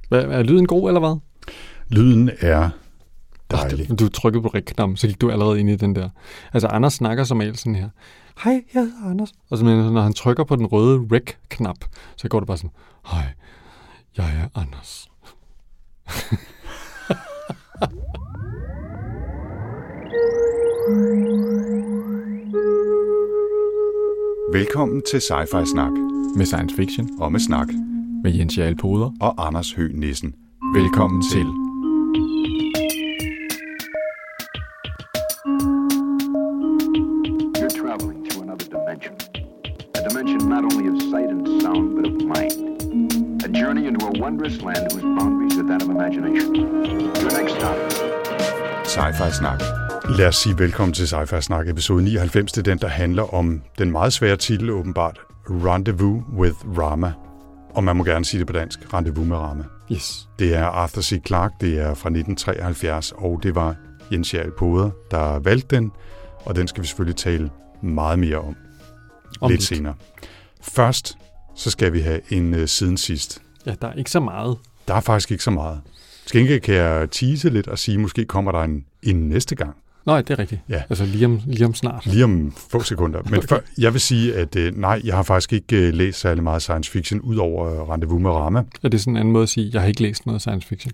Er lyden god, eller hvad? Lyden er dejlig. Du trykkede på rec-knappen, så gik du allerede ind i den der. Altså, Anders snakker som regel sådan her. Hej, jeg hedder Anders. Og så når han trykker på den røde rec-knap, så går det bare sådan, hej, jeg er Anders. Velkommen til Sci-Fi Snak. Med science fiction. Og med snak. Med Jens Jarl Poder. Og Anders Høgh Nissen. Velkommen til. You're traveling to another dimension. A dimension not only of sight and sound, but of mind. A journey into a wondrous land whose boundaries are that of imagination. Your next stop. Sci-Fi Snak. Lad os sige velkommen til Sci-Fi Snak, episode 99. Det er den, der handler om den meget svære titel, åbenbart. Rendezvous with Rama. Og man må gerne sige det på dansk. Rendezvous med Rama. Yes. Det er Arthur C. Clarke, det er fra 1973, og det var Jens Jarl Poder, der valgte den. Og den skal vi selvfølgelig tale meget mere om lidt senere. Først, så skal vi have en siden sidst. Ja, der er ikke så meget. Der er faktisk ikke så meget. Til gengæld kan jeg tease lidt og sige, måske kommer der en næste gang. Nej, det er rigtigt. Ja. Altså lige om snart. Lige om få sekunder. Men okay. Jeg vil sige, at nej, jeg har faktisk ikke læst særlig meget science fiction, ud over Rendezvous med Rama. Er det sådan en anden måde at sige, at jeg har ikke læst noget science fiction?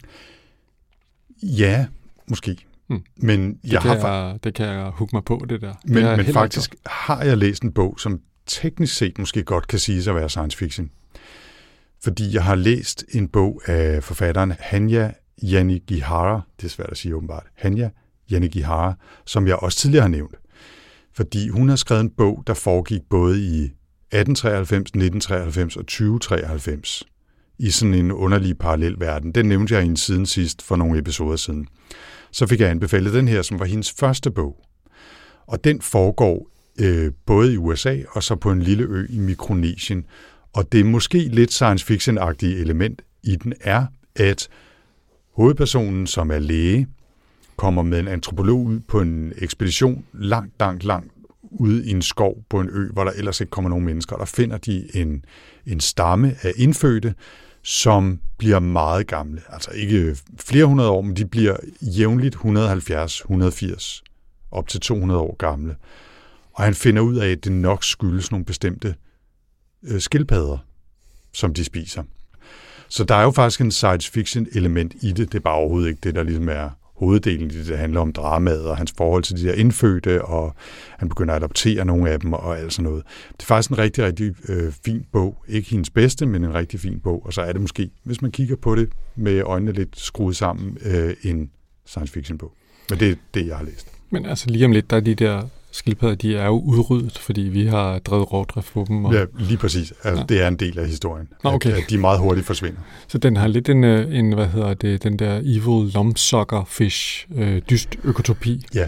Ja, måske. Men det kan jeg hugge mig på, det der. Men faktisk har jeg læst en bog, som teknisk set måske godt kan siges at være science fiction. Fordi jeg har læst en bog af forfatteren Hanya Yanagihara, det er svært at sige åbenbart, Hanya Yanagihara, som jeg også tidligere har nævnt. Fordi hun har skrevet en bog, der foregik både i 1893, 1993 og 2093 i sådan en underlig parallel verden. Den nævnte jeg i en siden sidst for nogle episoder siden. Så fik jeg anbefalet den her, som var hendes første bog. Og den foregår både i USA og så på en lille ø i Mikronesien. Og det er måske lidt science fiction-agtige element i den er, at hovedpersonen, som er læge, kommer med en antropolog ud på en ekspedition langt ude i en skov på en ø, hvor der ellers ikke kommer nogen mennesker. Der finder de en stamme af indfødte, som bliver meget gamle. Altså ikke flere hundrede år, men de bliver jævnligt 170, 180, op til 200 år gamle. Og han finder ud af, at det nok skyldes nogle bestemte skildpadder, som de spiser. Så der er jo faktisk en science fiction element i det. Det er bare overhovedet ikke det, der ligesom er hoveddelen i det. Det handler om dramaet og hans forhold til de der indfødte, og han begynder at adoptere nogle af dem og alt sådan noget. Det er faktisk en rigtig, rigtig fin bog. Ikke hendes bedste, men en rigtig fin bog. Og så er det måske, hvis man kigger på det med øjnene lidt skruet sammen, en science fiction bog. Men det er det, jeg har læst. Men altså lige om lidt, der er de der skildpadder, de er jo udryddet, fordi vi har drevet rovdrift på dem. Og ja, lige præcis. Altså, ja. Det er en del af historien, okay. At de meget hurtigt forsvinder. Så den har lidt en den der evil lumpsucker fish, dyst økotopi. Ja.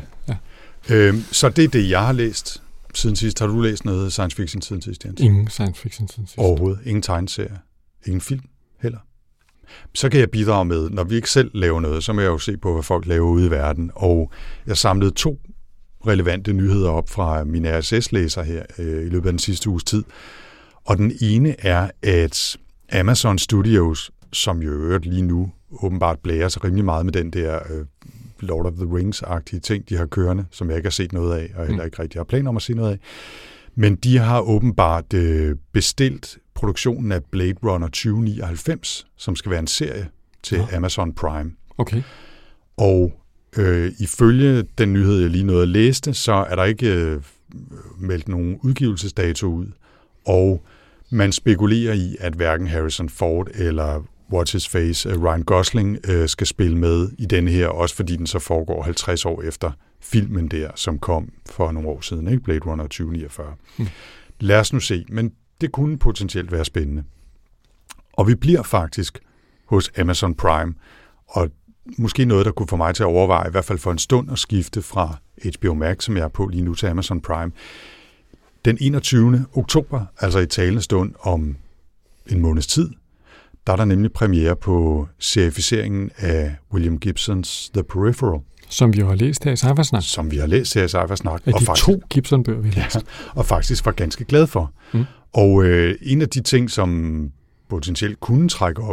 Så det er det, jeg har læst siden sidst. Har du læst noget science fiction siden sidst, Jens? Ingen science fiction siden sidst. Overhovedet. Ingen tegneserie. Ingen film heller. Så kan jeg bidrage med, når vi ikke selv laver noget, så må jeg jo se på, hvad folk laver ude i verden. Og jeg samlede 2 relevante nyheder op fra mine RSS-læser her i løbet af den sidste uges tid. Og den ene er, at Amazon Studios, som jo øvrigt lige nu åbenbart blærer sig rimelig meget med den der Lord of the Rings-agtige ting, de har kørende, som jeg ikke har set noget af, og heller ikke rigtig har planer om at se noget af. Men de har åbenbart bestilt produktionen af Blade Runner 2099, som skal være en serie til Amazon Prime. Okay. Og ifølge den nyhed, jeg lige nåede at læste, så er der ikke meldt nogen udgivelsesdato ud, og man spekulerer i, at hverken Harrison Ford eller What's His Face, Ryan Gosling, skal spille med i denne her, også fordi den så foregår 50 år efter filmen der, som kom for nogle år siden, ikke? Blade Runner 2049. Lad os nu se, men det kunne potentielt være spændende. Og vi bliver faktisk hos Amazon Prime, og måske noget, der kunne få mig til at overveje, i hvert fald for en stund, at skifte fra HBO Max, som jeg er på lige nu, til Amazon Prime. Den 21. oktober, altså i talende stund om en måneds tid, der er der nemlig premiere på serificeringen af William Gibsons The Peripheral. Som vi jo har læst her i Sci-Fi Snak. Som vi har læst her i Sci-Fi Snak. Og de faktisk, 2 Gibson-bøger, vi har læst. Ja, og faktisk var ganske glad for. Og en af de ting, som potentielt kunne trække op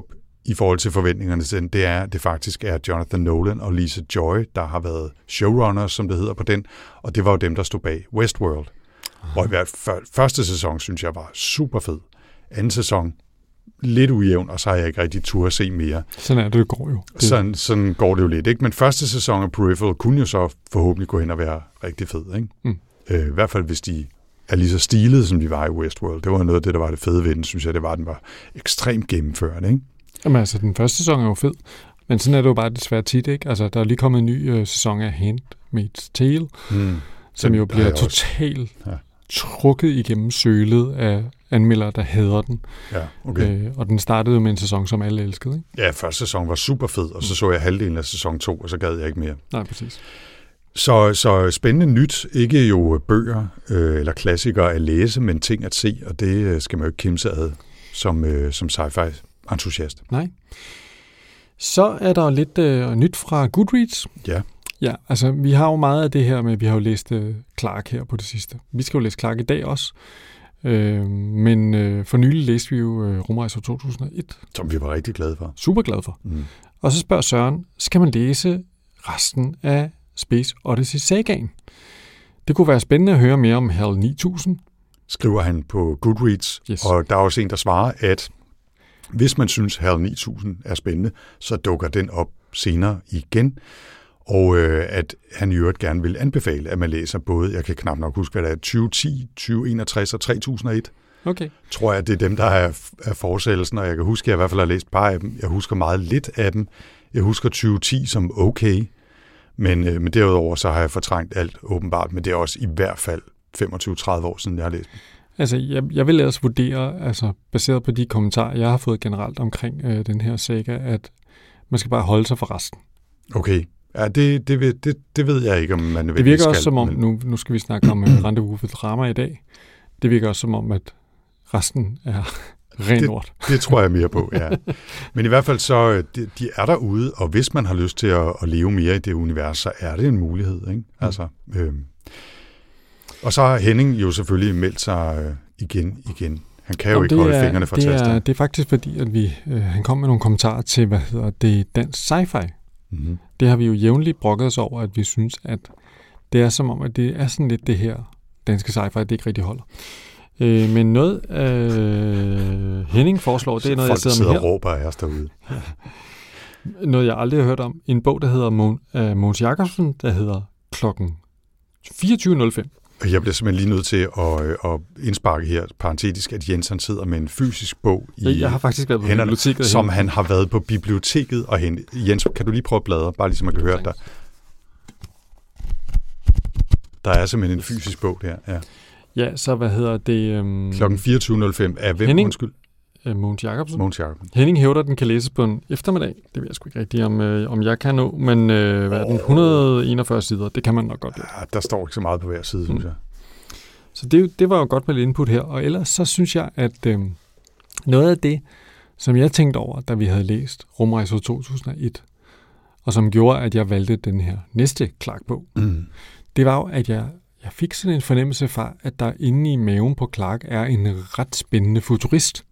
i forhold til forventningerne til den, det er, at det faktisk er Jonathan Nolan og Lisa Joy, der har været showrunners, som det hedder på den, og det var jo dem, der stod bag Westworld. Og i hvert fald første sæson, synes jeg, var super fed. Anden sæson, lidt ujævn, og så har jeg ikke rigtig tur at se mere. Sådan er det går jo. Sådan går det jo lidt, ikke? Men første sæson af Peripheral kunne jo så forhåbentlig gå hen og være rigtig fed, ikke? I hvert fald, hvis de er lige så stilede, som de var i Westworld. Det var noget af det, der var det fede ved den, synes jeg, det var, den var ekstremt gennemført, ikke? Jamen altså, den første sæson er jo fed, men sådan er det jo bare desværre tit, ikke? Altså, der er lige kommet en ny sæson af Handmaid's Tale, som jo bliver totalt trukket igennem sølet af anmeldere, der hader den. Ja, okay. Og den startede jo med en sæson, som alle elskede, ikke? Ja, første sæson var super fed, og så jeg halvdelen af sæson 2, og så gad jeg ikke mere. Nej, præcis. Så spændende nyt, ikke jo bøger eller klassikere at læse, men ting at se, og det skal man jo ikke kimse ad som sci-fi-entusiast. Nej. Så er der lidt nyt fra Goodreads. Ja. Ja, altså vi har jo meget af det her med, vi har jo læst Clark her på det sidste. Vi skal jo læse Clark i dag også. Men for nylig læste vi jo Rumrejser 2001. Som vi var rigtig glade for. Super glade for. Og så spørger Søren, skal man læse resten af Space Odyssey-sagaen? Det kunne være spændende at høre mere om HAL 9000. Skriver han på Goodreads. Yes. Og der er også en, der svarer, at hvis man synes, HAL 9000 er spændende, så dukker den op senere igen. Og at han i øvrigt gerne vil anbefale, at man læser både, jeg kan knap nok huske, hvad det er, 2010, 2061 og 3001. Okay. Tror jeg, det er dem, der er forsættelsen, og jeg kan huske, at jeg i hvert fald har læst et par af dem. Jeg husker meget lidt af dem. Jeg husker 2010 som okay, men derudover så har jeg fortrængt alt åbenbart, men det er også i hvert fald 25-30 år siden, jeg har læst dem. Altså, jeg vil ellers vurdere, altså baseret på de kommentarer, jeg har fået generelt omkring den her saga, at man skal bare holde sig for resten. Okay. Ja, det ved jeg ikke, om man det virker også som om, nu skal vi snakke om Rendezvous with Rama i dag, det virker også som om, at resten er ren lort. Det tror jeg mere på, ja. Men i hvert fald så, de er derude, og hvis man har lyst til at leve mere i det univers, så er det en mulighed, ikke? Altså, og så har Henning jo selvfølgelig meldt sig igen. Han kan jo ikke holde fingrene fra tasterne. Det er faktisk fordi, at han kom med nogle kommentarer til, dansk sci-fi. Mm-hmm. Det har vi jo jævnligt brokket os over, at vi synes, at det er som om, at det er sådan lidt det her danske sci-fi, det ikke rigtig holder. Men noget Henning foreslår, det er noget, jeg sidder med her. Folk råber af os derude. Noget, jeg aldrig har hørt om. En bog, der hedder Mogens Jakobsen, der hedder klokken 24.05. Jeg bliver simpelthen lige nødt til at indsparke her, parentetisk, at Jens han sidder med en fysisk bog i jeg har faktisk været på biblioteket, som han har været på biblioteket og hentet. Jens, kan du lige prøve at bladre, bare ligesom man kan høre dig? Der er simpelthen en fysisk bog der, ja. Ja, så klokken 24.05 er hvem, Henning, undskyld? Mogens Jakobsen. Jakobsen. Henning hævder, at den kan læses på en eftermiddag. Det ved jeg sgu ikke rigtigt, om jeg kan nå, men hvad er den? 141 sider, det kan man nok godt. Ja, der står ikke så meget på hver side, synes jeg. Så det var jo godt med lidt input her, og ellers så synes jeg, at noget af det, som jeg tænkte over, da vi havde læst Rumrejser 2001, og som gjorde, at jeg valgte den her næste Clark-bog, det var jo, at jeg fik sådan en fornemmelse fra, at der inde i maven på Clark er en ret spændende futurist.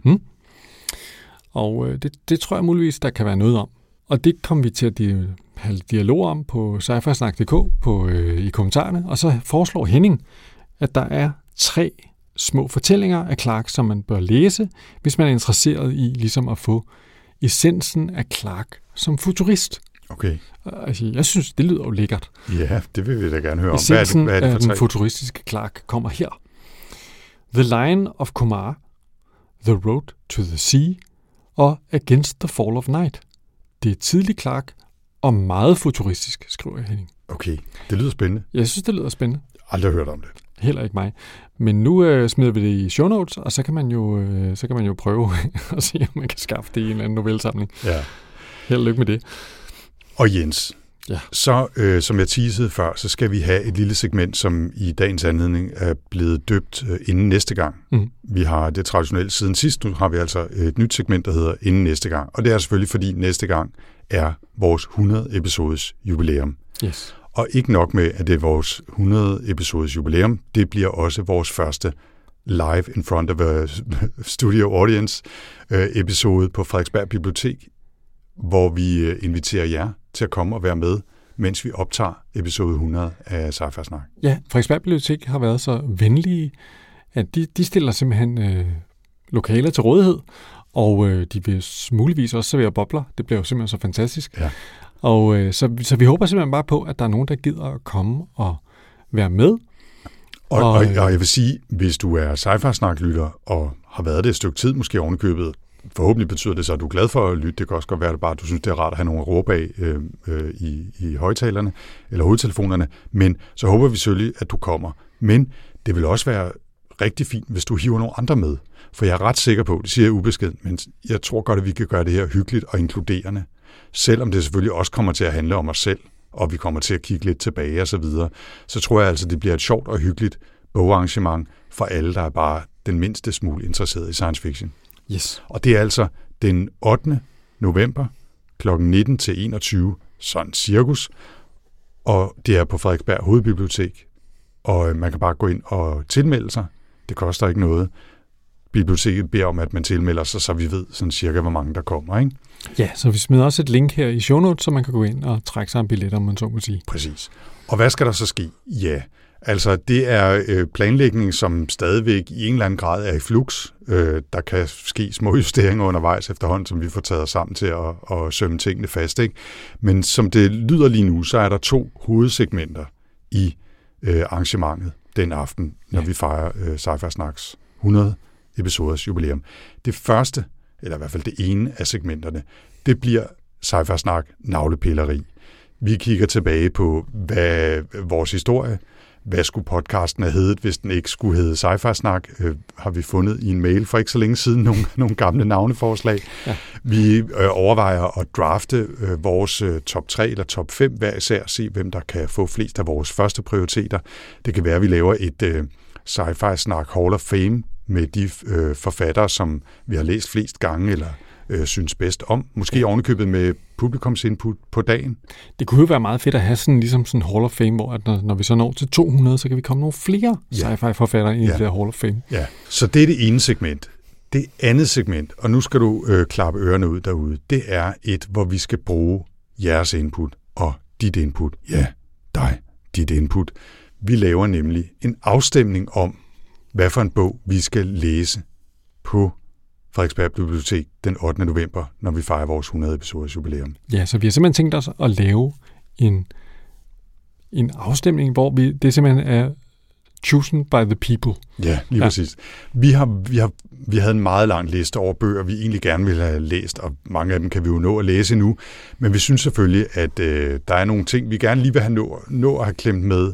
Og det tror jeg muligvis, der kan være noget om. Og det kom vi til at have dialog om på sci-fi-snak.dk i kommentarerne, og så foreslår Henning, at der er 3 små fortællinger af Clark, som man bør læse, hvis man er interesseret i ligesom at få essensen af Clark som futurist. Okay. Altså, jeg synes, det lyder jo lækkert. Ja, det vil vi da gerne høre om. Essensen hvad er det for den futuristiske Clark kommer her. The Lion of Kumar, The Road to the Sea og Against the Fall of Night. Det er tidlig Clark og meget futuristisk, skriver Henning. Okay, det lyder spændende. Jeg synes, det lyder spændende. Aldrig hørt om det. Heller ikke mig. Men nu smider vi det i show notes, og så kan man jo prøve at se, om man kan skaffe det i en eller anden novellesamling. Ja. Held og lykke med det. Og Jens, så som jeg teasede før, så skal vi have et lille segment, som i dagens anledning er blevet døbt inden næste gang. Vi har det traditionelt siden sidst, nu har vi altså et nyt segment, der hedder inden næste gang. Og det er selvfølgelig, fordi næste gang er vores 100 episodes jubilæum. Yes. Og ikke nok med, at det er vores 100 episodes jubilæum, det bliver også vores første live in front of a studio audience episode på Frederiksberg Bibliotek, hvor vi inviterer jer til at komme og være med, mens vi optager episode 100 af Sci-Fi Snak. Ja, Frederiksberg Bibliotek har været så venlige, at de stiller simpelthen lokaler til rådighed, og de vil muligvis også servere bobler. Det bliver jo simpelthen så fantastisk. Ja. Og så vi håber simpelthen bare på, at der er nogen, der gider at komme og være med. Og jeg vil sige, hvis du er Sci-Fi Snak-lytter og har været det et stykke tid, måske ovenikøbet, forhåbentlig betyder det så, at du er glad for at lytte. Det kan også godt være, at du synes, det er rart at have nogle råb af i højtalerne eller hovedtelefonerne. Men så håber vi selvfølgelig, at du kommer. Men det vil også være rigtig fint, hvis du hiver nogle andre med. For jeg er ret sikker på, det siger jeg ubeskedent, men jeg tror godt, at vi kan gøre det her hyggeligt og inkluderende. Selvom det selvfølgelig også kommer til at handle om os selv, og vi kommer til at kigge lidt tilbage og så videre, så tror jeg altså, det bliver et sjovt og hyggeligt bogarrangement for alle, der er bare den mindste smule interesseret i science fiction. Yes. Og det er altså den 8. november kl. 19 til 21, sådan cirkus, og det er på Frederiksberg Hovedbibliotek, og man kan bare gå ind og tilmelde sig. Det koster ikke noget. Biblioteket beder om, at man tilmelder sig, så vi ved sådan cirka, hvor mange der kommer, ikke? Ja, så vi smider også et link her i show notes, så man kan gå ind og trække sig en billet, om man så må sige. Præcis. Og hvad skal der så ske? Ja, altså det er planlægning, som stadigvæk i en eller anden grad er i flux. Der kan ske små justeringer undervejs efterhånden, som vi får taget os sammen til at sømme tingene fast, ikke? Men som det lyder lige nu, så er der 2 hovedsegmenter i arrangementet den aften, når vi fejrer Sci-Fi Snaks 100 episoders jubilæum. Det første, eller i hvert fald det ene af segmenterne, det bliver Sci-Fi Snak navlepilleri. Vi kigger tilbage på vores historie. Hvad skulle podcasten have heddet, hvis den ikke skulle hedde Sci-Fi Snak? Har vi fundet i en mail for ikke så længe siden nogle gamle navneforslag. Ja. Vi overvejer at drafte vores top 3 eller top 5 hver især, se hvem der kan få flest af vores første prioriteter. Det kan være, at vi laver et Sci-Fi Snak Hall of Fame med de forfattere, som vi har læst flest gange, eller synes bedst om. Måske ovenikøbet med publikums input på dagen. Det kunne jo være meget fedt at have sådan en Hall of Fame, hvor at når vi så når til 200, så kan vi komme nogle flere sci-fi-forfattere i det der Hall of Fame. Ja, så det er det ene segment. Det andet segment, og nu skal du klappe ørerne ud derude, det er hvor vi skal bruge jeres input og dit input. Ja, dit input. Vi laver nemlig en afstemning om, hvad for en bog vi skal læse på Frederiksberg Bibliotek den 8. november, når vi fejrer vores 100 episoders jubilæum. Ja, så vi har simpelthen tænkt os at lave en afstemning, hvor det simpelthen er chosen by the people. Ja, lige præcis. Vi havde en meget lang liste over bøger, vi egentlig gerne ville have læst, og mange af dem kan vi jo nå at læse nu, men vi synes selvfølgelig, at der er nogle ting, vi gerne lige vil have nå at have klemt med,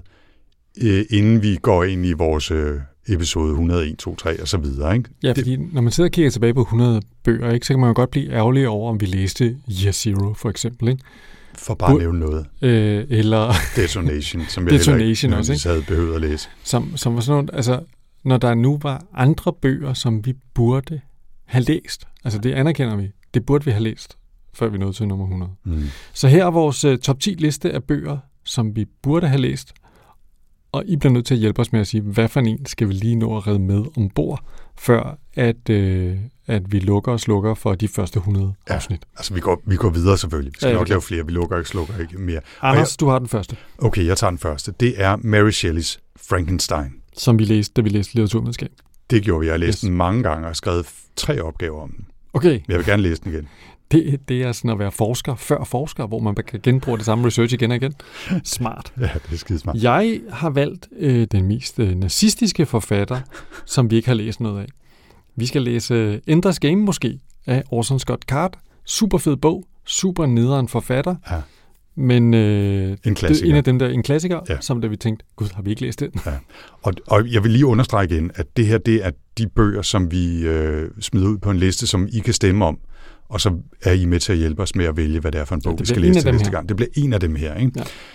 inden vi går ind i vores episode 101, 2, 3 og så videre, ikke? Ja, fordi når man sidder og kigger tilbage på 100 bøger, ikke, så kan man jo godt blive ærgerlig over, om vi læste Year Zero, for eksempel, ikke? For bare at nævne noget. Eller Detonation, som jeg heller ikke nødvendigvis havde behøvet at læse. Som var sådan noget, altså, når der nu var andre bøger, som vi burde have læst, altså det anerkender vi, det burde vi have læst, før vi nåede til nummer 100. Mm. Så her er vores top 10 liste af bøger, som vi burde have læst, og I bliver nødt til at hjælpe os med at sige, hvad for en skal vi lige nå at redde med ombord, før at vi lukker og slukker for de første 100 afsnit. Altså vi går videre selvfølgelig. Vi skal nok lave flere. Vi lukker ikke, slukker ikke mere. Anders, du har den første. Okay, jeg tager den første. Det er Mary Shelleys Frankenstein. Som vi læste, da vi læste litteraturvidenskab. Det gjorde vi. Jeg har læst den mange gange og har skrevet 3 opgaver om den. Okay. Jeg vil gerne læse den igen. Det er sådan at være forsker før forsker, hvor man kan genbruge det samme research igen og igen. Smart. Ja, det er skidesmart. Jeg har valgt den mest nazistiske forfatter, som vi ikke har læst noget af. Vi skal læse Ender's Game måske, af Orson Scott Card. Super fed bog, super nederen forfatter. Ja. Men en klassiker. En af dem der, en klassiker, som da vi tænkte, gud, har vi ikke læst den? Ja. Og jeg vil lige understrege igen, at det her, det er de bøger, som vi smider ud på en liste, som I kan stemme om. Og så er I med til at hjælpe os med at vælge, hvad det er for en bog, vi skal læse til næste gang. Det bliver en af dem her, ikke?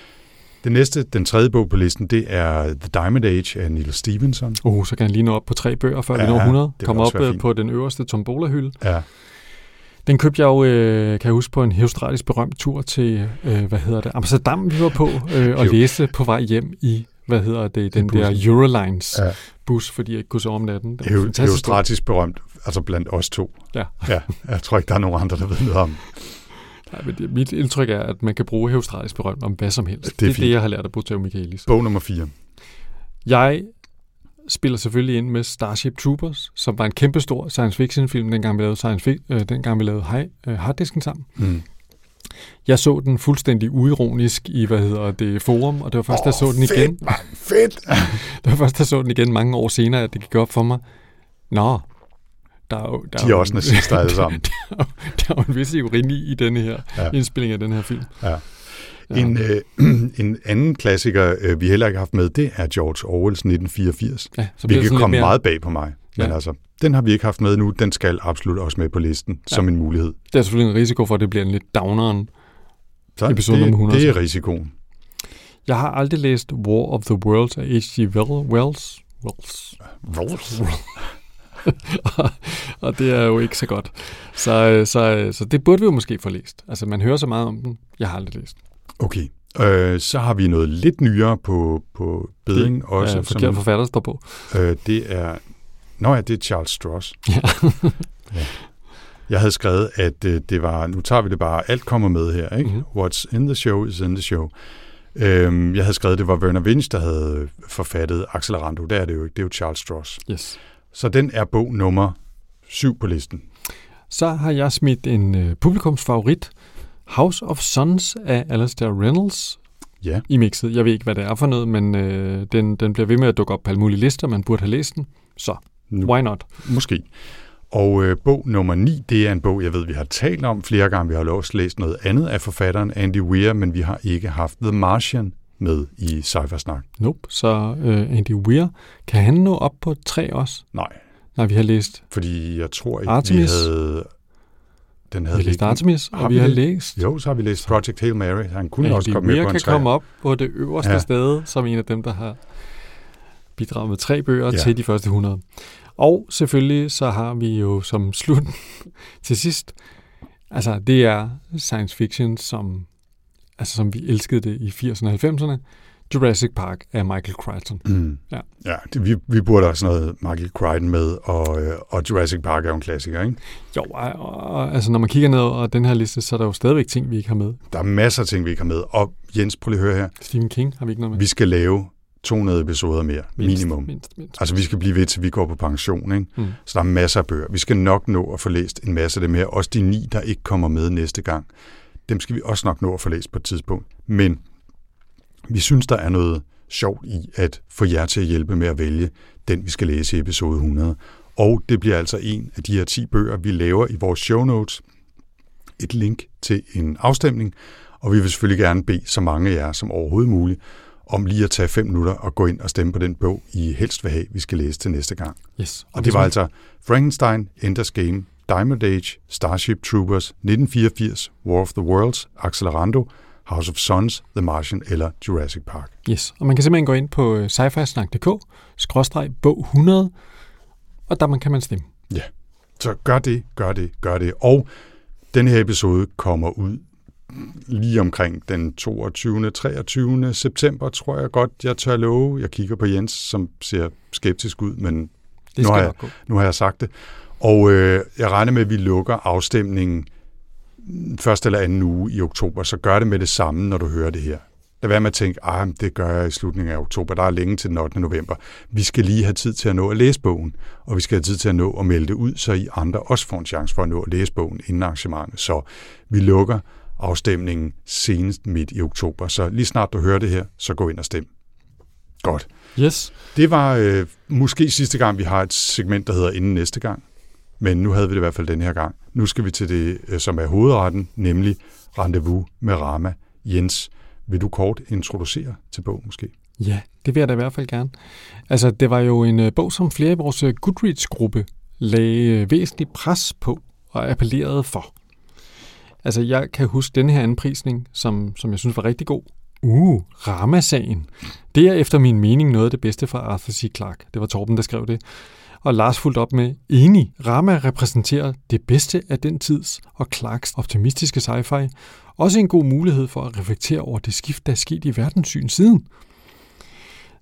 Ja. Den tredje bog på listen, det er The Diamond Age af Neil Stephenson. Så kan jeg lige nå op på 3 bøger, før vi når 100. Kom op på den øverste tombola-hylde. Ja. Den købte jeg jo, kan jeg huske, på en australisk berømt tur til, Amsterdam, vi var på, og læste på vej hjem i den der Eurolines bus, fordi jeg ikke kunne sove om natten. Det er jo stratisk berømt, altså blandt os to. Ja. Jeg tror ikke, der er nogen andre, der ved noget om. Nej, men mit indtryk er, at man kan bruge herostratisk berømt om hvad som helst. Det er det, jeg har lært af Botero Michaelis. Bog nummer 4. Jeg spiller selvfølgelig ind med Starship Troopers, som var en kæmpestor science fiction film, dengang vi lavede Harddisken sammen. Mm. Jeg så den fuldstændig uironisk i, Forum, og det var først, jeg så den igen. Fedt! Det var først, jeg så den igen mange år senere, at det gik op for mig. Nå, de er også nazister alle sammen. Der er jo en vis ironi i denne her indspilling af den her film. Ja. En anden klassiker, vi heller ikke har haft med, det er George Orwells 1984. Ja, hvilket kom meget bag på mig. Men altså, den har vi ikke haft med nu. Den skal absolut også med på listen som en mulighed. Der er selvfølgelig en risiko for, at det bliver en lidt downeren episode nummer 100. Det er risikoen. Jeg har aldrig læst War of the Worlds af H.G. Wells. Og det er jo ikke så godt. Så det burde vi jo måske få læst. Altså, man hører så meget om den. Jeg har aldrig læst. Okay. Så har vi noget lidt nyere på beding også. Det er forkert forfatter, der står på. Det er Charles Stross. Ja. Jeg havde skrevet, at det var, nu tager vi det bare, alt kommer med her, ikke? Mm-hmm. What's in the show is in the show. Jeg havde skrevet, det var Vernor Vinge, der havde forfattet Accelerando. Der er det jo ikke, det er jo Charles Stross. Yes. Så den er bog nummer 7 på listen. Så har jeg smidt en publikumsfavorit, House of Sons af Alastair Reynolds i mixet. Jeg ved ikke, hvad det er for noget, men den bliver ved med at dukke op på alle mulige lister. Man burde have læst den, så why not? Måske. Og bog nummer 9, det er en bog, jeg ved, vi har talt om flere gange. Vi har også læst noget andet af forfatteren Andy Weir, men vi har ikke haft The Martian med i Sci-Fi-snak. Nope, så Andy Weir, kan han nå op på 3 også? Nej, vi har læst fordi jeg tror ikke, Artemis. Vi har læst Artemis, og vi har læst... Jo, så har vi læst Project Hail Mary. Han kunne også komme med på en 3. kan komme op på det øverste sted, som en af dem, der har bidraget med 3 bøger til de første 100. Og selvfølgelig så har vi jo som slut til sidst, altså det er science fiction, som vi elskede det i 80'erne og 90'erne, Jurassic Park af Michael Crichton. Mm. Vi burde også noget Michael Crichton med, og Jurassic Park er jo en klassiker, ikke? Jo, og altså når man kigger ned over den her liste, så er der jo stadigvæk ting, vi ikke har med. Der er masser af ting, vi ikke har med. Og Jens, prøv lige at høre her. Stephen King har vi ikke noget med. Vi skal lave 200 episoder mere, minimum. Mindst. Altså vi skal blive ved, til vi går på pension, ikke? Mm. Så der er masser af bøger. Vi skal nok nå at få læst en masse af dem her. Også de 9, der ikke kommer med næste gang. Dem skal vi også nok nå at få læst på et tidspunkt. Men vi synes, der er noget sjovt i at få jer til at hjælpe med at vælge den, vi skal læse i episode 100. Og det bliver altså en af de her 10 bøger, vi laver i vores show notes. Et link til en afstemning. Og vi vil selvfølgelig gerne bede så mange af jer som overhovedet muligt om lige at tage 5 minutter og gå ind og stemme på den bog, I helst vil have, vi skal læse til næste gang. Yes. Og det var altså Frankenstein, Ender's Game, Diamond Age, Starship Troopers, 1984, War of the Worlds, Accelerando, House of Sons, The Martian eller Jurassic Park. Yes, og man kan simpelthen gå ind på sci-fi-snak.dk/bog 100, og der kan man stemme. Ja, så gør det. Og den her episode kommer ud lige omkring den 22. 23. september, tror jeg godt, jeg tør love. Jeg kigger på Jens, som ser skeptisk ud, men nu har jeg sagt det. Og jeg regner med, at vi lukker afstemningen første eller anden uge i oktober, så gør det med det samme, når du hører det her. Lad være med at tænke, det gør jeg i slutningen af oktober. Der er længe til den 8. november. Vi skal lige have tid til at nå at læse bogen, og vi skal have tid til at nå at melde det ud, så I andre også får en chance for at nå at læse bogen inden arrangementet. Så vi lukker afstemningen senest midt i oktober. Så lige snart du hører det her, så gå ind og stem. Godt. Yes. Det var måske sidste gang, vi har et segment, der hedder Inden næste gang. Men nu havde vi det i hvert fald den her gang. Nu skal vi til det, som er hovedretten, nemlig Rendezvous med Rama. Jens, vil du kort introducere til bogen måske? Ja, det vil jeg da i hvert fald gerne. Altså, det var jo en bog, som flere i vores Goodreads-gruppe lagde væsentligt pres på og appellerede for. Altså, jeg kan huske denne her anprisning, som jeg synes var rigtig god. Rama-sagen. Det er efter min mening noget af det bedste fra Arthur C. Clarke. Det var Torben, der skrev det. Og Lars fulgte op med, enig, Rama repræsenterer det bedste af den tids og Clarks optimistiske sci-fi. Også en god mulighed for at reflektere over det skift, der er sket i verdenssyn siden.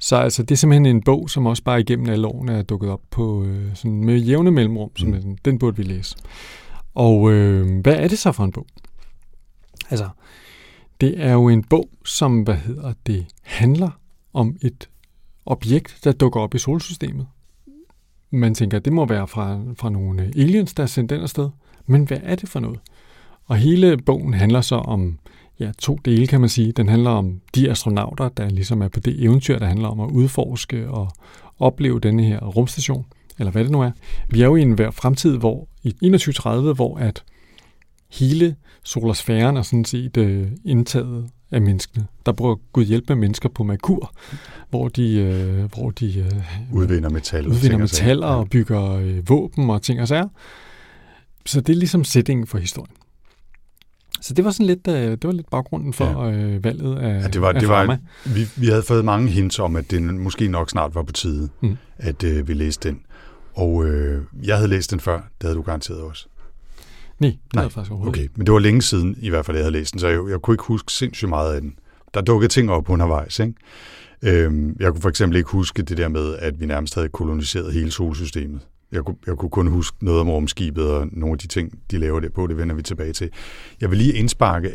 Så altså, det er simpelthen en bog, som også bare igennem alle årene er dukket op på sådan med jævne mellemrum, som den burde vi læse. Og hvad er det så for en bog? Altså, det er jo en bog, som, handler om et objekt, der dukker op i solsystemet. Man tænker, det må være fra nogle aliens, der er sendt den afsted. Men hvad er det for noget? Og hele bogen handler så om 2 dele, kan man sige. Den handler om de astronauter, der ligesom er på det eventyr, der handler om at udforske og opleve denne her rumstation, eller hvad det nu er. Vi er jo i en fremtid, hvor i 2130, hvor at hele solasfæren er sådan set indtaget af menneskene. Der bruger Gud hjælp med mennesker på Merkur, hvor de udvinder metaller og bygger våben og ting og sager. Så det er ligesom settingen for historien. Så det var sådan lidt, baggrunden for valget af Rama. Vi havde fået mange hints om, at det måske nok snart var på tide, at vi læste den. Og jeg havde læst den før, det havde du garanteret også. Nej, faktisk overhovedet. Okay, men det var længe siden, i hvert fald, jeg havde læst den, så jeg kunne ikke huske sindssygt meget af den. Der dukkede ting op undervejs, ikke? Jeg kunne for eksempel ikke huske det der med, at vi nærmest havde koloniseret hele solsystemet. Jeg kunne kun huske noget om rumskibet og nogle af de ting, de laver der på, det vender vi tilbage til. Jeg vil lige indsparke,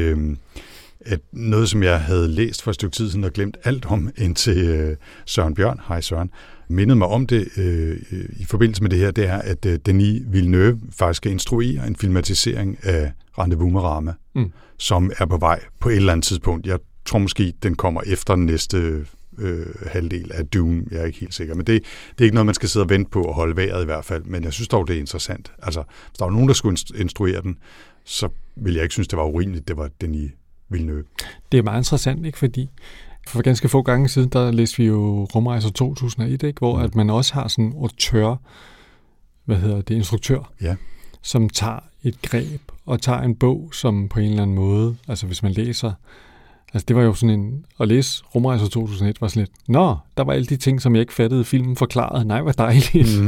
at noget, som jeg havde læst for et stykke tid siden og glemt alt om, indtil Søren Bjørn, hej Søren, mindede mig om det i forbindelse med det her, det er, at Denis Villeneuve faktisk skal instruere en filmatisering af Rendezvous med Rama, som er på vej på et eller andet tidspunkt. Jeg tror måske, den kommer efter den næste halvdel af Dune. Jeg er ikke helt sikker, men det er ikke noget, man skal sidde og vente på og holde vejret i hvert fald, men jeg synes dog, det er interessant. Altså, hvis der var nogen, der skulle instruere den, så ville jeg ikke synes, det var urimeligt, det var Denis Villeneuve. Det er meget interessant, ikke? Fordi for ganske få gange siden, der læste vi jo Rumrejser 2001, ikke? Hvor at man også har sådan en auteur, instruktør, som tager et greb og tager en bog, som på en eller anden måde, altså hvis man læser, altså det var jo sådan en, at læse Rumrejser 2001 var sådan lidt, der var alle de ting, som jeg ikke fattede, filmen forklarede, nej, hvor dejligt.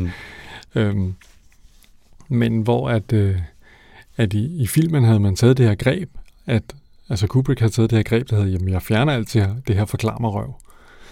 Men hvor at i filmen havde man taget det her greb, altså Kubrick havde taget det her greb, der hedder, jamen jeg fjerner alt det her forklar mig røv.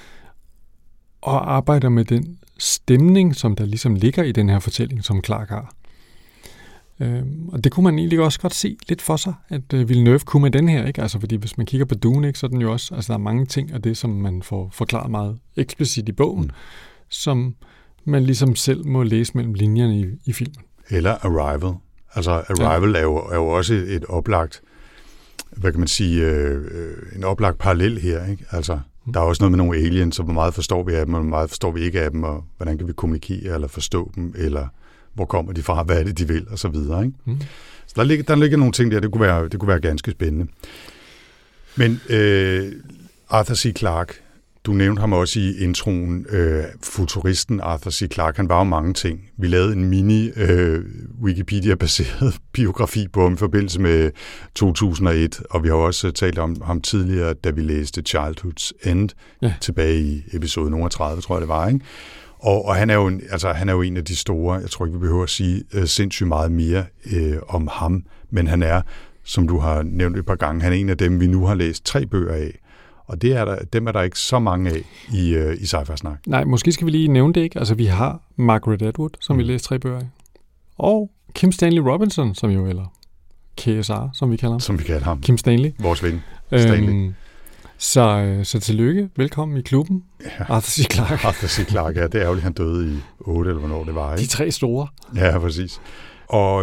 Og arbejder med den stemning, som der ligesom ligger i den her fortælling, som Clarke har. Og det kunne man egentlig også godt se lidt for sig, at Villeneuve kunne med den her, ikke? Altså fordi hvis man kigger på Dune, ikke, så er den jo også, altså der er mange ting af det, som man får forklaret meget eksplicit i bogen, som man ligesom selv må læse mellem linjerne i filmen. Eller Arrival. Altså Arrival er jo også et oplagt, hvad kan man sige, en oplagt parallel her, ikke? Altså, der er også noget med nogle aliens, og hvor meget forstår vi af dem, og hvor meget forstår vi ikke af dem, og hvordan kan vi kommunikere, eller forstå dem, eller hvor kommer de fra, hvad er det, de vil, og så videre, ikke? Så der ligger nogle ting der, det kunne være ganske spændende. Men Arthur C. Clarke, du nævnte ham også i introen, futuristen Arthur C. Clarke, han var jo mange ting. Vi lavede en mini Wikipedia-baseret biografi på ham i forbindelse med 2001, og vi har også talt om ham tidligere, da vi læste Childhood's End tilbage i episode 30, tror jeg det var, ikke? Og han er jo en af de store, jeg tror ikke, vi behøver at sige sindssygt meget mere om ham, men han er, som du har nævnt et par gange, han er en af dem, vi nu har læst 3 bøger af. Og dem er der ikke så mange af i Sci-Fi Snak. Nej, måske skal vi lige nævne det, ikke? Altså, vi har Margaret Atwood, som vi læste 3 bøger af. Og Kim Stanley Robinson, som jo, eller KSR, som vi kalder ham. Som vi kalder ham. Kim Stanley. Vores ven, Stanley. Så tillykke. Velkommen i klubben. Ja. Arthur C. Clarke. Arthur C. Clarke, ja. Det er ærgerligt, han døde i 8, eller hvornår det var, ikke? De 3 store. Ja, præcis. Og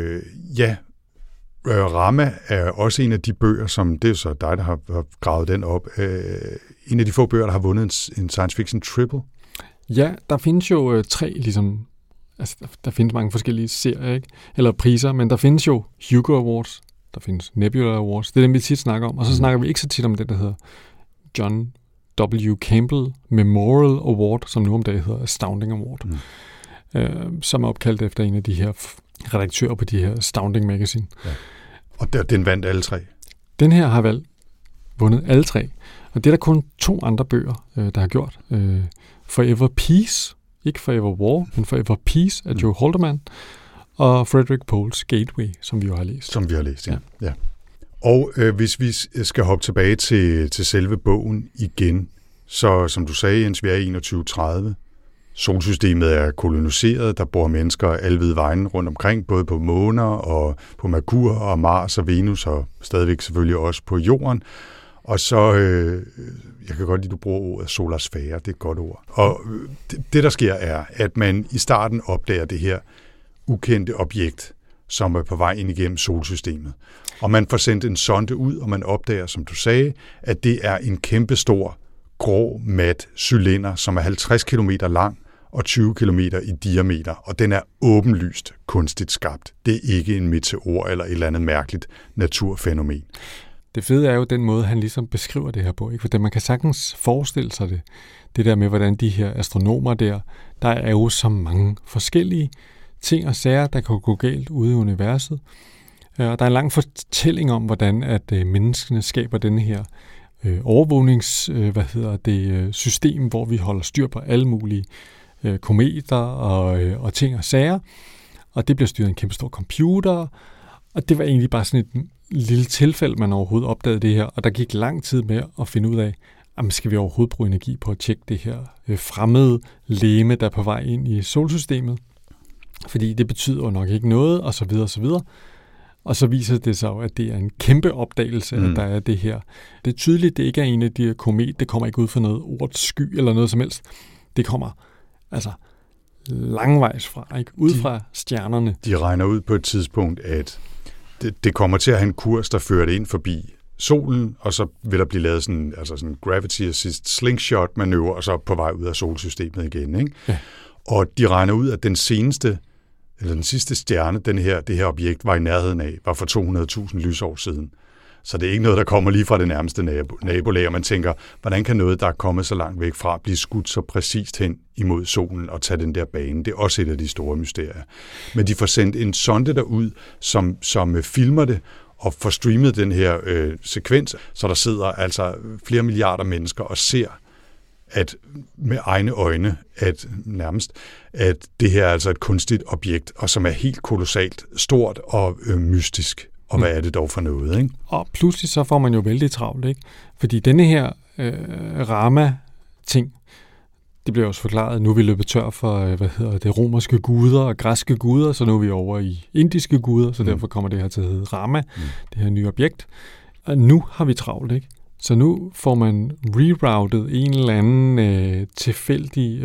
Rama er også en af de bøger, som det er så dig, der har gravet den op. En af de få bøger, der har vundet en science fiction triple. Ja, der findes jo 3 ligesom, altså der findes mange forskellige serier, ikke? Eller priser, men der findes jo Hugo Awards, der findes Nebula Awards, det er dem, vi tit snakker om, og så snakker vi ikke så tit om det, der hedder John W. Campbell Memorial Award, som nu om dagen hedder Astounding Award, som er opkaldt efter en af de her redaktører på de her Astounding Magazine. Ja. Og den vandt alle 3? Den her har vundet alle 3. Og det er der kun 2 andre bøger, der har gjort. Forever Peace, ikke Forever War, men Forever Peace af Joe Haldeman, og Frederick Pohl's Gateway, som vi jo har læst. Som vi har læst, ja. Og hvis vi skal hoppe tilbage til selve bogen igen, Så som du sagde, Jens, vi er i 2130. Solsystemet er koloniseret. Der bor mennesker alle ved vejen rundt omkring, både på måner og på Merkur og Mars og Venus, og stadigvæk selvfølgelig også på Jorden. Og så, jeg kan godt lide, at du bruger ordet solarsfære, det er et godt ord. Og det, der sker, er, at man i starten opdager det her ukendte objekt, som er på vej ind igennem solsystemet. Og man får sendt en sonde ud, og man opdager, som du sagde, at det er en kæmpestor, grå, mat cylinder, som er 50 km lang og 20 km i diameter, og den er åbenlyst kunstigt skabt. Det er ikke en meteor eller et eller andet mærkeligt naturfænomen. Det fede er jo den måde, han ligesom beskriver det her på, ikke? For man kan sagtens forestille sig det. Det der med, hvordan de her astronomer der er jo så mange forskellige ting og sager, der kan gå galt ude i universet. Og der er en lang fortælling om, hvordan at menneskene skaber denne her system, hvor vi holder styr på alle mulige kometer og ting og sager. Og det bliver styret af en kæmpe stor computer. Og det var egentlig bare sådan et lille tilfælde, man overhovedet opdagede det her. Og der gik lang tid med at finde ud af, skal vi overhovedet bruge energi på at tjekke det her fremmede legeme, der er på vej ind i solsystemet. Fordi det betyder jo nok ikke noget, og så videre, og så videre. Og så viser det sig jo, at det er en kæmpe opdagelse, at der er det her. Det er tydeligt, det ikke er en af de her komet. Det kommer ikke ud fra noget ordet sky eller noget som helst. Det kommer altså langvejs fra, ikke? Ud fra stjernerne. De regner ud på et tidspunkt, at det kommer til at have en kurs, der fører det ind forbi solen, og så vil der blive lavet sådan en gravity assist slingshot manøvre, og så på vej ud af solsystemet igen, ikke? Ja. Og de regner ud, at den sidste stjerne, det her objekt var i nærheden af, var for 200.000 lysår siden. Så det er ikke noget, der kommer lige fra det nærmeste nabolag, og man tænker, hvordan kan noget, der er kommet så langt væk fra, blive skudt så præcist hen imod solen og tage den der bane? Det er også et af de store mysterier. Men de får sendt en sonde derud, som filmer det, og får streamet den her sekvens, så der sidder altså flere milliarder mennesker og ser, at med egne øjne, at det her er altså et kunstigt objekt, og som er helt kolossalt stort og mystisk. Og hvad er det dog for noget, ikke? Og pludselig så får man jo vældig travlt, ikke? Fordi denne her Rama-ting, det bliver også forklaret, nu er vi løbet tør for, romerske guder og græske guder, så nu er vi over i indiske guder, så derfor kommer det her til at hedde Rama, det her nye objekt. Og nu har vi travlt, ikke? Så nu får man reroutet en eller anden tilfældig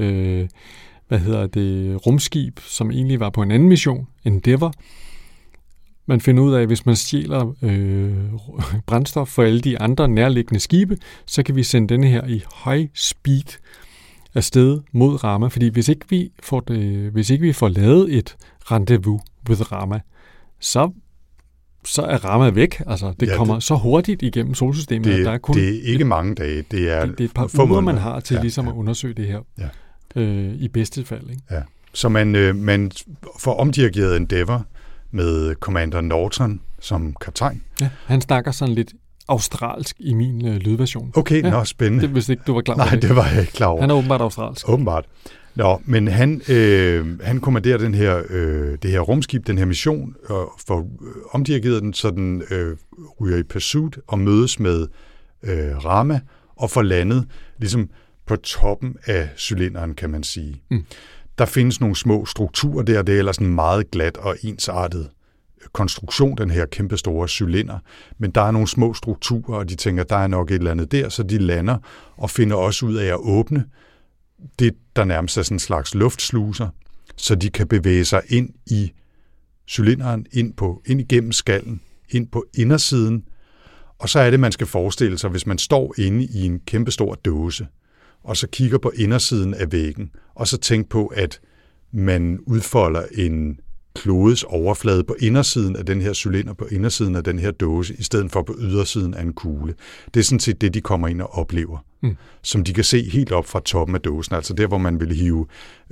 rumskib, som egentlig var på en anden mission, Endeavour. Man finder ud af, at hvis man stjæler brændstof for alle de andre nærliggende skibe, så kan vi sende denne her i high speed afsted mod Rama. Fordi hvis ikke vi får lavet et rendezvous ved Rama, så er Rama væk. Altså, det kommer så hurtigt igennem solsystemet. Det, at der er kun det er ikke mange dage. Det er et par uger, man har til ligesom at undersøge det her. Ja. I bedste fald. Ikke? Ja. Så man får omdirigeret Endeavour med Commander Norton som kaptajn. Ja, han snakker sådan lidt australsk i min lydversion. Okay, spændende. Det hvis ikke du var klar over. Nej, det var jeg ikke klar over. Han er åbenbart australsk. Åbenbart. Men han kommanderer det her rumskib, den her mission, og får omdirigeret den, så den ryger i pursuit og mødes med Rama og får landet ligesom på toppen af cylinderen, kan man sige. Der findes nogle små strukturer der, det er ellers en meget glat og ensartet konstruktion, den her kæmpe store cylinder, men der er nogle små strukturer, og de tænker, der er nok et eller andet der, så de lander og finder også ud af at åbne det, der nærmest er sådan en slags luftsluser, så de kan bevæge sig ind i cylinderen, ind igennem skallen, ind på indersiden, og så er det, man skal forestille sig, hvis man står inde i en kæmpe stor dåse, og så kigger på indersiden af væggen, og så tænk på, at man udfolder en klodes overflade på indersiden af den her cylinder, på indersiden af den her dåse, i stedet for på ydersiden af en kugle. Det er sådan set det, de kommer ind og oplever, som de kan se helt op fra toppen af dåsen, altså der, hvor man vil hive,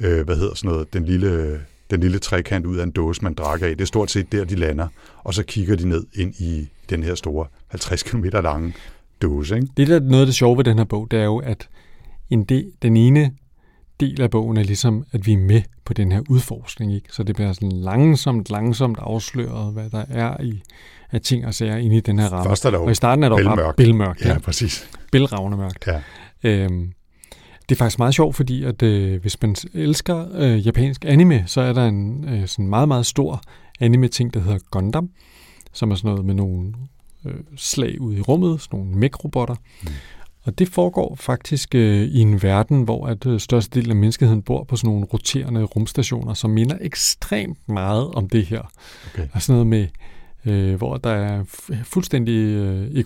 den lille trekant ud af en dåse, man drikker af. Det er stort set der, de lander, og så kigger de ned ind i den her store 50 km lange dåse. Ikke? Det er noget af det sjove ved den her bog, det er jo, at den ene del af bogen er ligesom, at vi er med på den her udforskning, ikke? Så det bliver sådan langsomt afsløret, hvad der er af ting og sager inde i den her ramme. Først er der jo og i starten er der bare bælmørkt. Ja, præcis. Bælragende mørkt. Ja. Det er faktisk meget sjovt, fordi at, hvis man elsker japansk anime, så er der en sådan meget, meget stor anime-ting, der hedder Gundam, som er sådan noget med nogle slag ude i rummet, sådan nogle mech-robotter. Og det foregår faktisk i en verden, hvor at størstedelen af menneskeheden bor på sådan nogle roterende rumstationer, som minder ekstremt meget om det her. Okay. Og sådan noget med, hvor der er fuldstændig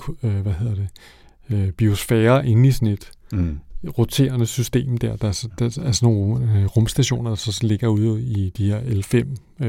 biosfære inde i sådan et roterende system der. Der er sådan nogle rumstationer, der så ligger ude i de her L5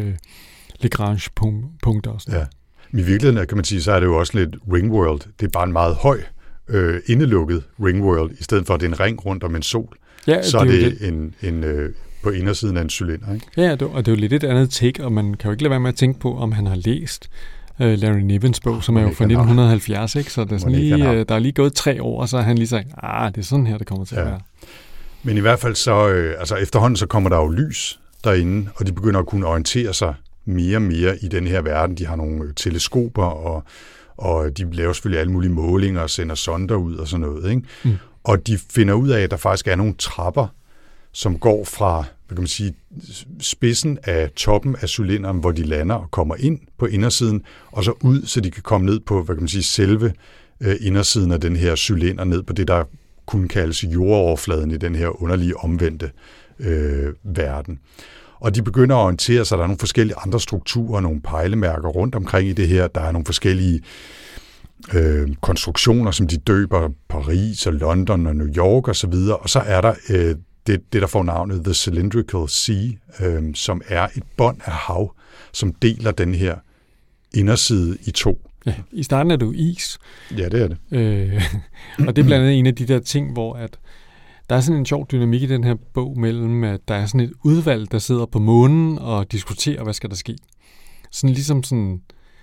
Lagrange-punkter og sådan. Ja. Men i virkeligheden, kan man sige, så er det jo også lidt Ringworld. Det er bare en meget høj, indelukket Ringworld, i stedet for at det er en ring rundt om en sol. Ja, så er det en på indersiden af en cylinder, ikke? Ja, og det er jo lidt et andet take, og man kan jo ikke lade være med at tænke på, om han har læst Larry Nivens bog, som er jo fra 1970, ikke? Så det er sådan lige, der er lige gået 3 år, og så har han lige sagt, det er sådan her, det kommer til at være. Men i hvert fald så, efterhånden så kommer der jo lys derinde, og de begynder at kunne orientere sig mere og mere i den her verden. De har nogle teleskoper, og de laver selvfølgelig alle mulige målinger og sender sonder ud og sådan noget, ikke? Og de finder ud af, at der faktisk er nogle trapper, som går fra, hvad kan man sige, spidsen af toppen af cylinderen, hvor de lander og kommer ind på indersiden, og så ud, så de kan komme ned på, hvad kan man sige, selve indersiden af den her cylinder, ned på det, der kunne kaldes jordoverfladen i den her underlige omvendte verden. Og de begynder at orientere sig, der er nogle forskellige andre strukturer, nogle pejlemærker rundt omkring i det her, der er nogle forskellige konstruktioner, som de døber Paris og London og New York og så videre, og så er der det, der får navnet The Cylindrical Sea, som er et bånd af hav, som deler den her inderside i 2. Ja, i starten er det jo is. Ja, det er det. Og det er blandt andet en af de der ting, hvor at der er sådan en sjov dynamik i den her bog mellem, at der er sådan et udvalg, der sidder på månen og diskuterer, hvad skal der ske. Sådan ligesom sådan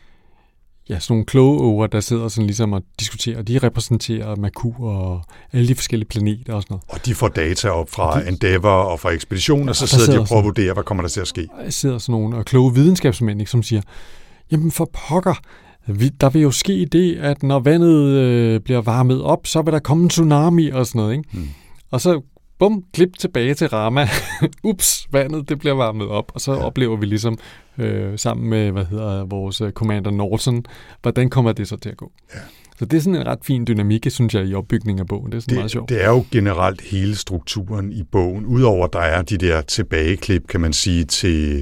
nogle kloge over, der sidder sådan ligesom og diskuterer. De repræsenterer Merkur og alle de forskellige planeter og sådan noget. Og de får data op fra Endeavour og fra ekspeditionen, og så sidder de og prøver at vurdere, hvad kommer der til at ske. Der sidder sådan nogle kloge videnskabsmænd, som siger, jamen for pokker, der vil jo ske det, at når vandet bliver varmet op, så vil der komme en tsunami og sådan noget, ikke? Og så klip tilbage til Rama. Ups, vandet det bliver varmet op, og så oplever vi ligesom sammen med, vores Commander Norton, hvordan kommer det så til at gå? Ja. Så det er sådan en ret fin dynamik, synes jeg, i opbygningen af bogen. Det er sådan meget sjovt. Det er jo generelt hele strukturen i bogen, udover at der er de der tilbageklip, kan man sige, til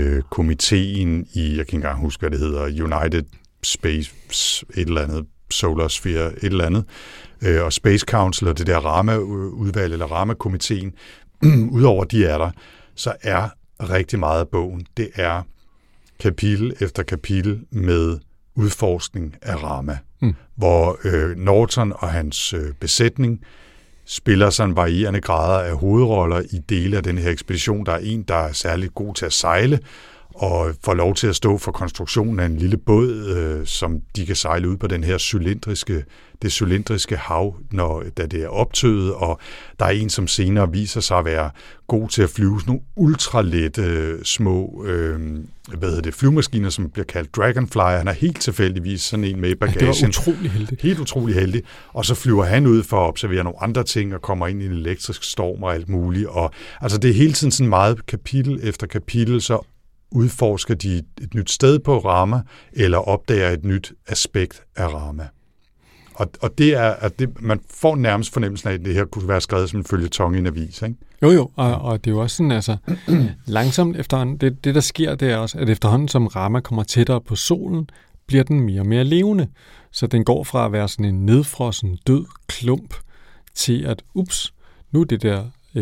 komiteen i, jeg kan ikke engang huske, hvad det hedder, United Space, et eller andet, Solar Sphere, et eller andet, og Space Council og det der Rama-udvalg, eller Rama-komiteen, udover de er der, så er rigtig meget af bogen. Det er kapitel efter kapitel med udforskning af Rama, hvor Norton og hans besætning spiller sådan varierende grader af hovedroller i dele af den her ekspedition. Der er en, der er særligt god til at sejle, og får lov til at stå for konstruktionen af en lille båd, som de kan sejle ud på den her cylindriske hav, da det er optøet, og der er en, som senere viser sig at være god til at flyve sådan nogle ultralette små flyvemaskiner, som bliver kaldt Dragonfly. Han er helt tilfældigvis sådan en med i bagagen. Ja, det var utrolig heldig. Helt utrolig heldig. Og så flyver han ud for at observere nogle andre ting, og kommer ind i en elektrisk storm og alt muligt. Og altså det er hele tiden sådan meget kapitel efter kapitel, så udforsker de et nyt sted på Rama, eller opdager et nyt aspekt af Rama. Og det er, at man får nærmest fornemmelsen af, at det her kunne være skrevet som en føljeton i en avis, ikke? Jo, og det er jo også sådan, altså, langsomt efterhånden, det der sker, det er også, at efterhånden som Rama kommer tættere på solen, bliver den mere og mere levende. Så den går fra at være sådan en nedfrossen, død klump, til at, nu er det der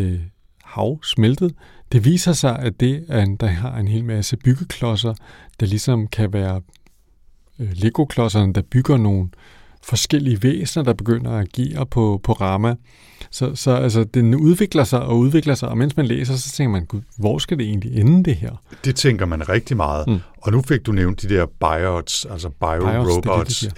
hav smeltet. Det viser sig, at der har en hel masse byggeklodser, der ligesom kan være Lego-klodserne, der bygger nogle forskellige væsener, der begynder at agere på Rama. Så altså, den udvikler sig, og mens man læser, så tænker man, gud, hvor skal det egentlig ende, det her? Det tænker man rigtig meget. Og nu fik du nævnt de der biots, altså biorobots,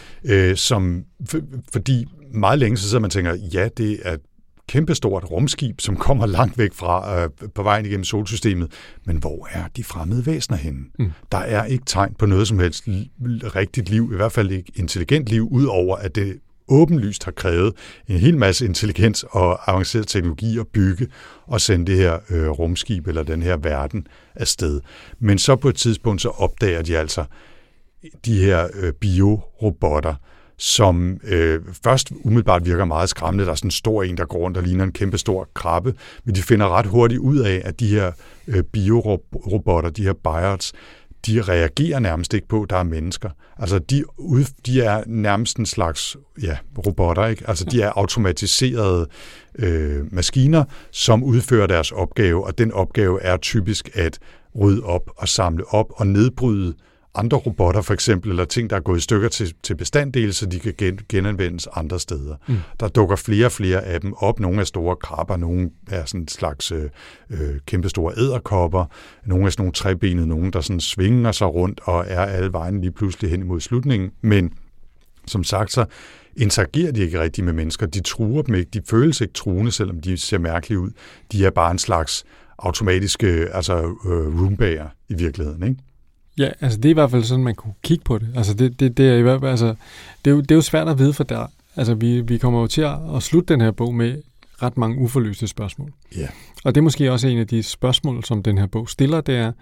som, fordi meget længe så sidder man og tænker, ja, det er kæmpestort rumskib, som kommer langt væk fra på vejen igennem solsystemet. Men hvor er de fremmede væsener henne? Der er ikke tegn på noget som helst rigtigt liv, i hvert fald ikke intelligent liv, udover at det åbenlyst har krævet en hel masse intelligens og avanceret teknologi at bygge og sende det her rumskib eller den her verden afsted. Men så på et tidspunkt så opdager de altså de her biorobotter, som først umiddelbart virker meget skræmmende. Der er sådan en stor en, der går rundt og ligner en kæmpe stor krabbe, men de finder ret hurtigt ud af, at de her biorobotter, de her biots, de reagerer nærmest ikke på, at der er mennesker. Altså, de er nærmest en slags robotter, ikke? Altså, de er automatiserede maskiner, som udfører deres opgave, og den opgave er typisk at rydde op og samle op og nedbryde andre robotter for eksempel, eller ting, der er gået i stykker til bestanddele, så de kan genanvendes andre steder. Der dukker flere og flere af dem op. Nogle er store krabber, nogle er sådan en slags kæmpestore edderkopper, nogle er sådan nogle trebenede, nogle der sådan svinger sig rundt og er alle vejen lige pludselig hen imod slutningen. Men som sagt, så interagerer de ikke rigtig med mennesker. De truer dem ikke. De føles ikke truende, selvom de ser mærkelige ud. De er bare en slags automatiske roombager i virkeligheden, ikke? Ja, altså det er i hvert fald sådan, man kunne kigge på det. Altså det er i hvert fald, altså det er jo svært at vide for der. Altså vi kommer jo til at slutte den her bog med ret mange uforløste spørgsmål. Ja. Og det er måske også en af de spørgsmål, som den her bog stiller, det er,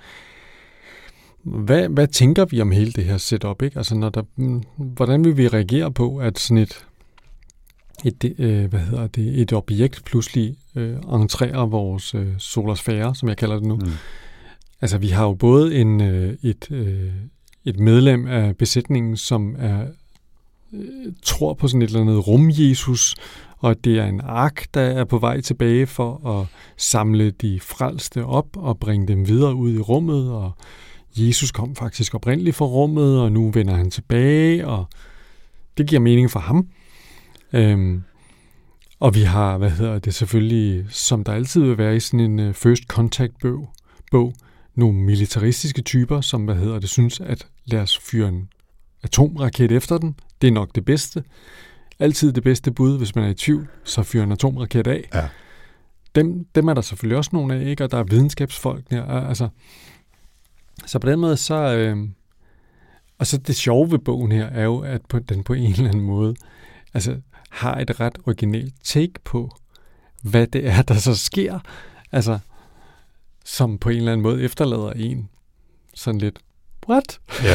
hvad tænker vi om hele det her setup, ikke? Altså hvordan vil vi reagere på, at sådan et objekt pludselig entrerer vores solosfære, som jeg kalder det nu. Altså, vi har jo både et medlem af besætningen, som tror på sådan et eller andet rum-Jesus, og det er en ark, der er på vej tilbage for at samle de frelste op og bringe dem videre ud i rummet, og Jesus kom faktisk oprindeligt fra rummet, og nu vender han tilbage, og det giver mening for ham. Og vi har, selvfølgelig, som der altid vil være i sådan en First Contact-bog, nogle militaristiske typer, som, synes, at lad os fyre en atomraket efter den. Det er nok det bedste. Altid det bedste bud, hvis man er i tvivl, så fyre en atomraket af. Ja. Dem er der selvfølgelig også nogle af, ikke? Og der er videnskabsfolk der. Altså, så på den måde, og så det sjove ved bogen her, er jo, at den på en eller anden måde har et ret originalt take på, hvad det er, der så sker. Altså, som på en eller anden måde efterlader en sådan lidt, what?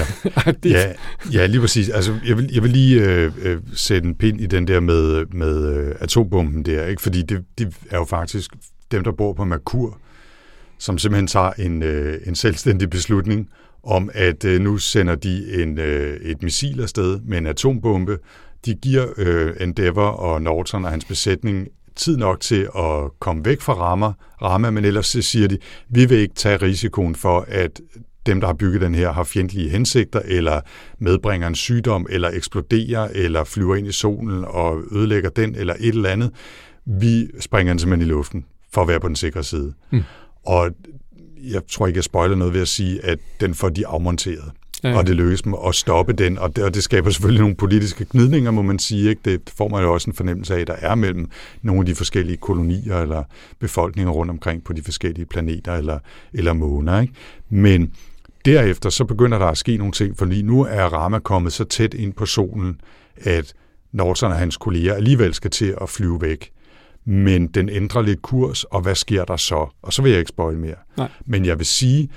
Ja, lige præcis. Altså, jeg vil lige sætte en pind i den der med atombomben der, ikke? Fordi det er jo faktisk dem, der bor på Merkur, som simpelthen tager en selvstændig beslutning om, at nu sender de et missil afsted med en atombombe. De giver Endeavour og Norton og hans besætning tid nok til at komme væk fra Rama, men ellers så siger de, vi vil ikke tage risikoen for, at dem, der har bygget den her, har fjendtlige hensigter, eller medbringer en sygdom, eller eksploderer, eller flyver ind i solen og ødelægger den, eller et eller andet. Vi springer den simpelthen i luften, for at være på den sikre side. Og jeg tror ikke, jeg spoiler noget ved at sige, at den får de afmonteret. Ja. Og det lykkes dem at stoppe den, og det skaber selvfølgelig nogle politiske gnidninger, må man sige. Ikke? Det får man jo også en fornemmelse af, der er mellem nogle af de forskellige kolonier eller befolkninger rundt omkring på de forskellige planeter eller måner. Ikke? Men derefter så begynder der at ske nogle ting, for lige nu er Rama kommet så tæt ind på solen, at Norton og hans kolleger alligevel skal til at flyve væk. Men den ændrer lidt kurs, og hvad sker der så? Og så vil jeg ikke spoile mere. Nej. Men jeg vil sige,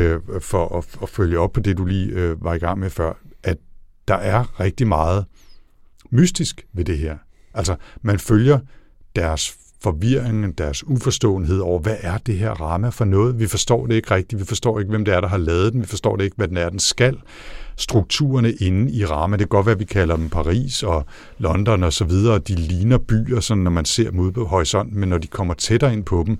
for at følge op på det, du lige var i gang med før, at der er rigtig meget mystisk ved det her. Altså, man følger deres forvirring, deres uforståenhed over, hvad er det her Rama for noget? Vi forstår det ikke rigtigt. Vi forstår ikke, hvem det er, der har lavet den. Vi forstår det ikke, hvad den er, den skal. Strukturerne inde i Rama, det kan godt være, at vi kalder dem Paris og London og så videre. De ligner byer, sådan, når man ser dem ude på horisonten, men når de kommer tættere ind på dem,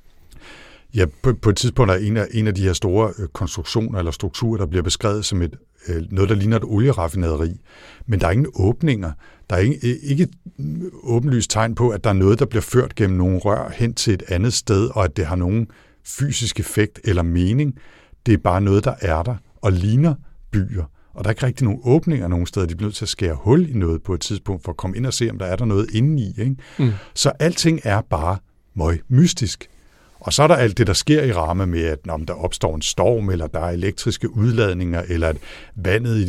ja, på et tidspunkt er en af de her store konstruktioner eller strukturer, der bliver beskrevet som noget, der ligner et olieraffinaderi. Men der er ingen åbninger. Der er ikke et åbenlyst tegn på, at der er noget, der bliver ført gennem nogle rør hen til et andet sted, og at det har nogen fysisk effekt eller mening. Det er bare noget, der er der og ligner byer. Og der er ikke rigtig nogen åbninger nogen steder. De bliver nødt til at skære hul i noget på et tidspunkt, for at komme ind og se, om der er der noget indeni. Ikke? Så alting er bare møg mystisk. Og så er der alt det, der sker i Rama med, at når der opstår en storm, eller der er elektriske udladninger, eller at vandet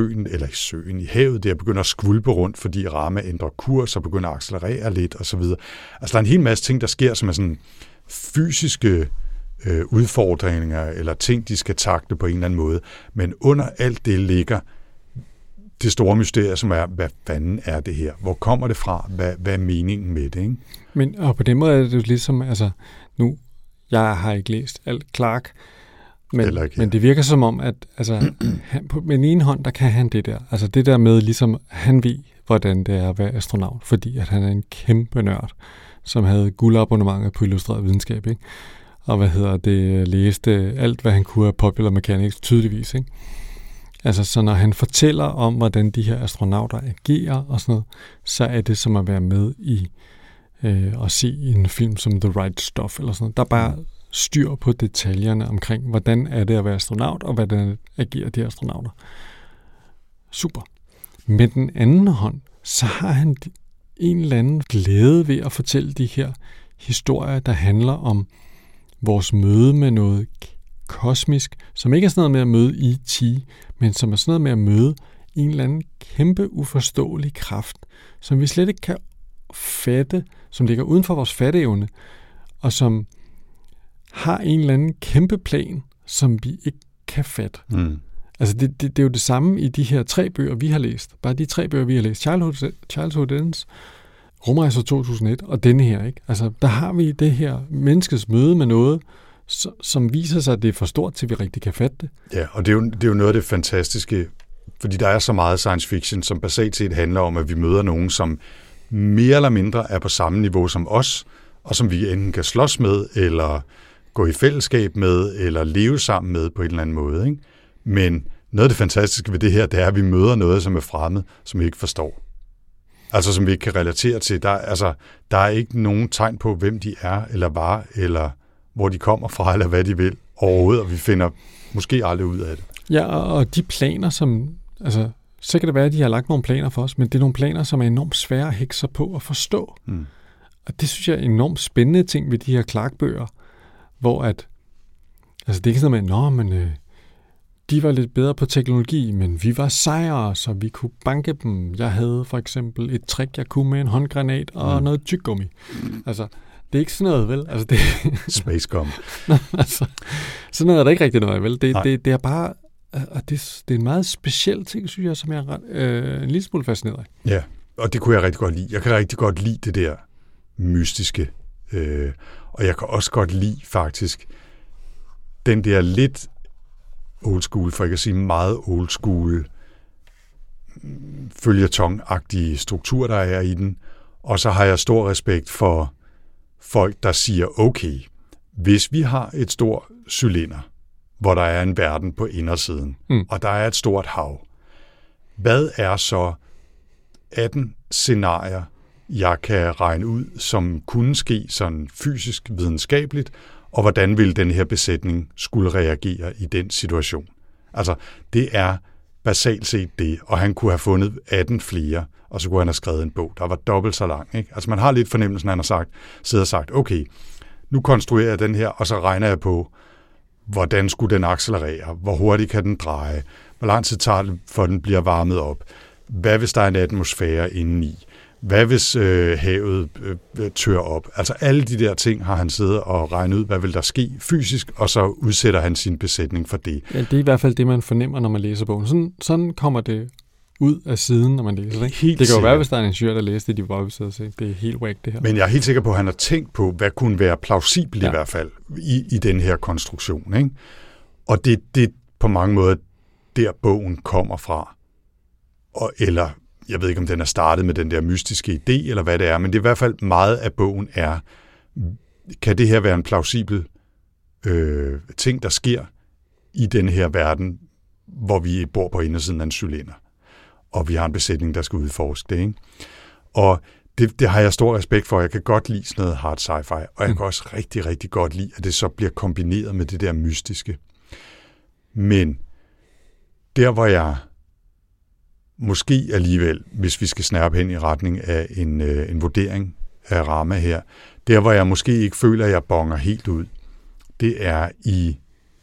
i havet, der begynder at skvulpe rundt, fordi Rama ændrer kurs og begynder at accelerere lidt osv. Altså der er en hel masse ting, der sker, som er sådan fysiske udfordringer, eller ting, de skal takle på en eller anden måde. Men under alt det ligger det store mysterie, som er, hvad fanden er det her? Hvor kommer det fra? Hvad er meningen med det? Ikke? Men og på den måde er det jo ligesom, altså nu, jeg har ikke læst alt Clarke, men det virker som om, at altså, med den ene hånd, der kan han det der. Altså det der med, ligesom han ved, hvordan det er at være astronaut, fordi at han er en kæmpe nørd, som havde guldabonnementet på Illustreret Videnskab, ikke? Og læste alt, hvad han kunne af Popular Mechanics, tydeligvis, ikke? Altså, så når han fortæller om, hvordan de her astronauter agerer og sådan noget, så er det som at være med i at se en film som The Right Stuff eller sådan noget. Der er bare styr på detaljerne omkring, hvordan er det at være astronaut, og hvordan agerer de astronauter. Super. Med den anden hånd, så har han en eller anden glæde ved at fortælle de her historier, der handler om vores møde med noget kosmisk, som ikke er sådan noget med at møde E.T., men som er sådan noget med at møde en eller anden kæmpe uforståelig kraft, som vi slet ikke kan fatte, som ligger uden for vores fatteevne, og som har en eller anden kæmpe plan, som vi ikke kan fatte. Altså det er jo det samme i de her 3 bøger, vi har læst. Bare de 3 bøger, vi har læst. Childhood Ends, Rumrejser 2001 og denne her, ikke? Altså der har vi det her menneskets møde med noget, som viser sig, at det er for stort til, vi rigtig kan fatte det. Ja, og det er jo noget af det fantastiske, fordi der er så meget science fiction, som basalt set handler om, at vi møder nogen, som mere eller mindre er på samme niveau som os, og som vi enten kan slås med, eller gå i fællesskab med, eller leve sammen med på en eller anden måde. Ikke? Men noget af det fantastiske ved det her, det er, at vi møder noget, som er fremmed, som vi ikke forstår. Altså som vi ikke kan relatere til. Der er ikke nogen tegn på, hvem de er, eller var, eller hvor de kommer fra, eller hvad de vil overhovedet, og vi finder måske aldrig ud af det. Ja, og de planer, som... Altså, så kan det være, at de har lagt nogle planer for os, men det er nogle planer, som er enormt svære at hække sig på at forstå. Og det synes jeg er enormt spændende ting ved de her Clarke-bøger, hvor at... Altså, det er ikke sådan med, de var lidt bedre på teknologi, men vi var sejere, så vi kunne banke dem. Jeg havde for eksempel et trick, jeg kunne med en håndgranat og noget tyggegummi. Altså... Det er ikke sådan noget, vel? Altså, det... Space Gum. Altså, sådan noget er der ikke rigtig noget, vel? Det er bare... Og det er en meget speciel ting, synes jeg, som jeg er en lille smule fascineret af. Ja, og det kunne jeg rigtig godt lide. Jeg kan rigtig godt lide det der mystiske. Og jeg kan også godt lide, faktisk, den der lidt old school, for ikke at sige meget old school, føljeton-agtige struktur, der er i den. Og så har jeg stor respekt for folk, der siger, okay, hvis vi har et stort cylinder, hvor der er en verden på indersiden, og der er et stort hav, hvad er så 18 scenarier, jeg kan regne ud, som kunne ske sådan fysisk videnskabeligt, og hvordan vil den her besætning skulle reagere i den situation? Altså, det er basalt set det, og han kunne have fundet 18 flere, og så kunne han have skrevet en bog, der var dobbelt så lang. Ikke? Altså man har lidt fornemmelsen, han har siddet og sagt, okay, nu konstruerer jeg den her, og så regner jeg på, hvordan skulle den accelerere, hvor hurtigt kan den dreje, hvor lang tid tager det, for den bliver varmet op, hvad hvis der er en atmosfære indeni, hvad hvis havet tør op. Altså alle de der ting har han siddet og regnet ud, hvad vil der ske fysisk, og så udsætter han sin besætning for det. Ja, det er i hvert fald det, man fornemmer, når man læser bogen. Sådan kommer det ud af siden, når man læser det. Helt det kan jo være, hvis der er en ingeniør, der læser det, de bare vil sidde og se. Det er helt whack, det her. Men jeg er helt sikker på, at han har tænkt på, hvad kunne være plausibelt i hvert fald i den her konstruktion. Ikke? Og det er på mange måder der bogen kommer fra. Eller jeg ved ikke, om den er startet med den der mystiske idé, eller hvad det er, men det er i hvert fald meget af bogen er, kan det her være en plausibel ting, der sker i den her verden, hvor vi bor på indersiden af en cylinder, og vi har en besætning, der skal udforske det. Ikke? Og det har jeg stor respekt for. Jeg kan godt lide sådan noget hard sci-fi, og jeg kan også rigtig, rigtig godt lide, at det så bliver kombineret med det der mystiske. Men der, hvor jeg måske alligevel, hvis vi skal snærpe hen i retning af en vurdering af Rama her, Der, hvor jeg måske ikke føler, at jeg bonger helt ud, det er i...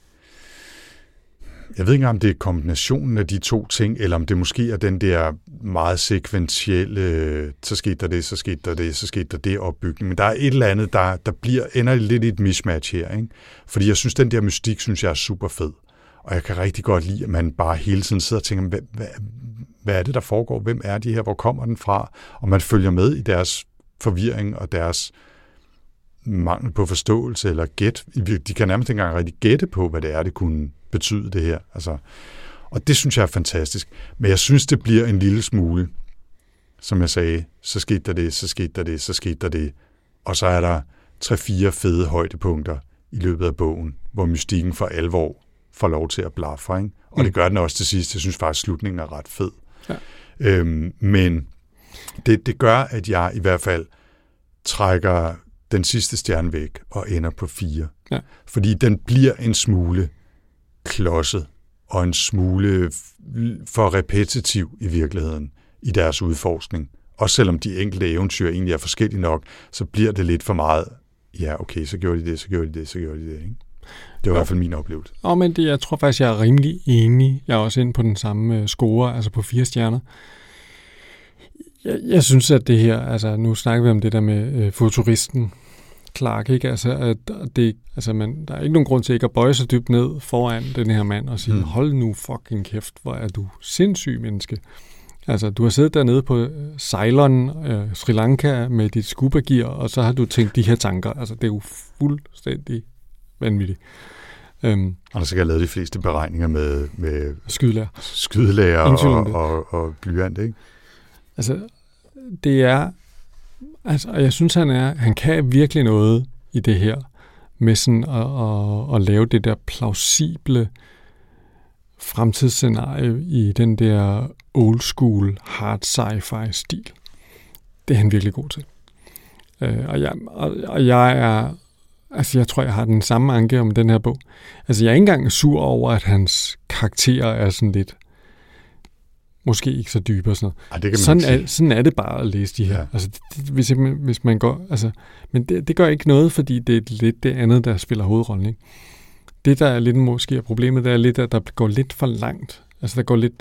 Jeg ved ikke, om det er kombinationen af de to ting, eller om det måske er den der meget sekventielle, så skete der det, så skete der det, så skete der det opbygning. Men der er et eller andet, der ender lidt i et mismatch her, ikke? Fordi jeg synes, den der mystik, synes jeg er super fed. Og jeg kan rigtig godt lide, at man bare hele tiden sidder og tænker, hvad er det, der foregår? Hvem er de her? Hvor kommer den fra? Og man følger med i deres forvirring og deres mangel på forståelse eller gæt. De kan nærmest ikke engang rigtig gætte på, hvad det er, det kunne betyde det her. Altså, og det synes jeg er fantastisk. Men jeg synes, det bliver en lille smule, som jeg sagde, så skete der det, så skete der det, så skete der det. Og så er der 3-4 fede højdepunkter i løbet af bogen, hvor mystikken for alvor får lov til at blaffe, ikke? Og det gør den også til sidst. Jeg synes faktisk, at slutningen er ret fed. Ja. Men det gør, at jeg i hvert fald trækker den sidste stjerne væk og ender på 4. Ja. Fordi den bliver en smule klodset og en smule for repetitiv i virkeligheden i deres udforskning. Også selvom de enkelte eventyr egentlig er forskellige nok, så bliver det lidt for meget, ja okay, så gjorde de det, så gjorde de det, så gjorde de det, ikke? Det var i hvert fald min oplevelse. Men jeg tror faktisk, jeg er rimelig enig. Jeg er også inde på den samme score, altså på 4 stjerner. Jeg synes, at det her, altså nu snakker vi om det der med futuristen Clark, ikke? Altså, at det, altså der er ikke nogen grund til ikke at bøje sig dybt ned foran den her mand og sige, hold nu fucking kæft, hvor er du sindssyg menneske. Altså, du har siddet dernede på Ceylon, Sri Lanka med dit scuba-gear, og så har du tænkt de her tanker. Altså, det er jo fuldstændig vanvittigt. Og så kan jeg lave de fleste beregninger med skydelærer og blyant, ikke? Altså, det er... Altså, og jeg synes, han kan virkelig noget i det her, med sådan at lave det der plausible fremtidsscenarie i den der old school hard sci-fi stil. Det er han virkelig god til. Og jeg er... Altså, jeg tror, jeg har den samme anke om den her bog. Altså, jeg er ikke engang sur over, at hans karakterer er sådan lidt... Måske ikke så dybe og sådan noget. Sådan er det bare at læse de her. Ja. Altså, hvis man går... Altså, men det gør ikke noget, fordi det er lidt det andet, der spiller hovedrollen, ikke? Det, der er lidt måske er problemet, det er lidt, at der går lidt for langt. Altså, der går lidt...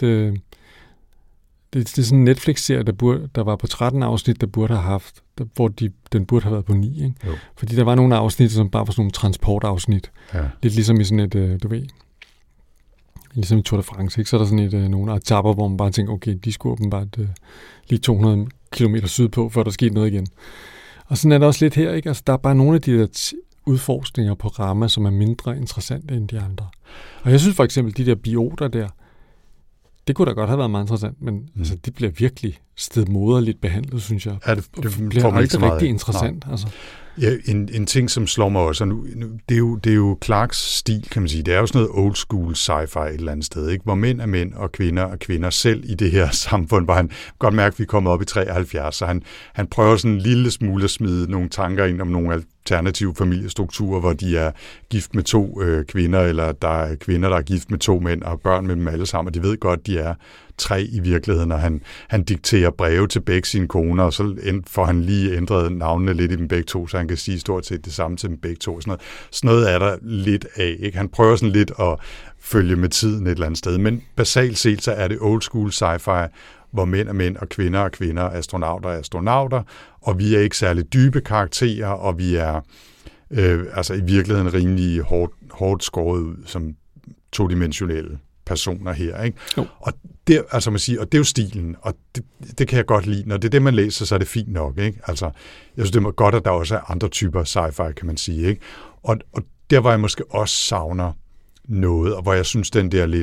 Det er sådan en Netflix-serie, der var på 13 afsnit, der burde have haft, hvor den burde have været på 9, ikke? Jo. Fordi der var nogle afsnit, som bare var sådan nogle transportafsnit. Ja. Lidt ligesom i sådan et, du ved... Ligesom i Tour de France, ikke? Så er der sådan nogle etaper, hvor man bare tænker, okay, de skulle åbenbart lige 200 km sydpå, før der skete noget igen. Og sådan er det også lidt her, ikke? Altså, der er bare nogle af de der udforskninger på Rama, som er mindre interessante end de andre. Og jeg synes for eksempel, de der bioter der, det kunne da godt have været meget interessant, men altså, det bliver virkelig stedmoderligt behandlet, synes jeg. Ja, det bliver aldrig rigtig interessant. Altså. Ja, en ting, som slår mig også, nu, det er jo Clarks stil, kan man sige. Det er jo sådan noget old school sci-fi et eller andet sted, ikke? Hvor mænd er mænd, og kvinder er kvinder. Selv i det her samfund, hvor han godt mærke, at vi er kommet op i 73, så han prøver sådan en lille smule at smide nogle tanker ind om nogle alternative familiestrukturer, hvor de er gift med 2 kvinder, eller der er kvinder, der er gift med 2 mænd, og børn med dem alle sammen, og de ved godt, de er 3 i virkeligheden, og han dikterer breve til begge sine koner, og så får han lige ændret navnene lidt i dem begge to, så han kan sige stort set det samme til dem begge to. Sådan noget er der lidt af, ikke? Han prøver sådan lidt at følge med tiden et eller andet sted, men basalt set, så er det old school sci-fi, hvor mænd er mænd, og kvinder, astronauter er astronauter, og vi er ikke særlig dybe karakterer, og vi er altså i virkeligheden rimelig hårdt skåret ud som todimensionelle personer her, ikke? Jo. Og det, altså man siger, og det er jo stilen, og det kan jeg godt lide. Når det er det, man læser, så er det fint nok, ikke? Altså, jeg synes, det er godt, at der også er andre typer sci-fi, kan man sige, ikke? Og der, hvor jeg måske også savner noget, og hvor jeg synes, den der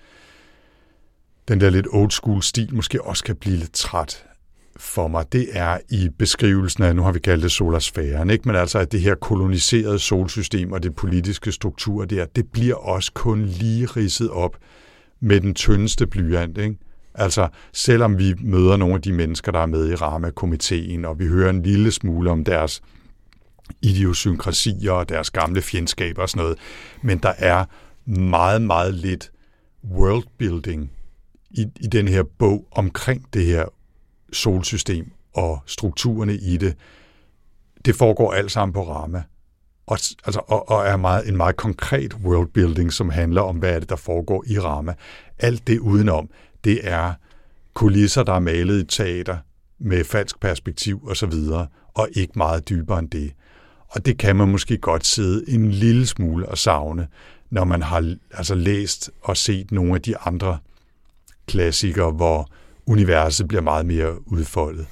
lidt old school stil måske også kan blive lidt træt for mig, det er i beskrivelsen af, nu har vi kaldt det solarsfæren, ikke? Men altså, at det her koloniserede solsystem og det politiske struktur der, det bliver også kun lige ridset op med den tyndeste blyant, ikke? Altså, selvom vi møder nogle af de mennesker, der er med i Rama-komiteen, og vi hører en lille smule om deres idiosynkrasier og deres gamle fjendskaber og sådan noget, men der er meget, meget lidt worldbuilding i den her bog omkring det her solsystem og strukturerne i det. det foregår alt sammen på Rama. Og er en meget konkret worldbuilding, som handler om, hvad er det, der foregår i Rama. Alt det udenom, det er kulisser, der er malet i teater med falsk perspektiv osv., og ikke meget dybere end det. Og det kan man måske godt sidde en lille smule og savne, når man har læst og set nogle af de andre klassikere, hvor universet bliver meget mere udfoldet.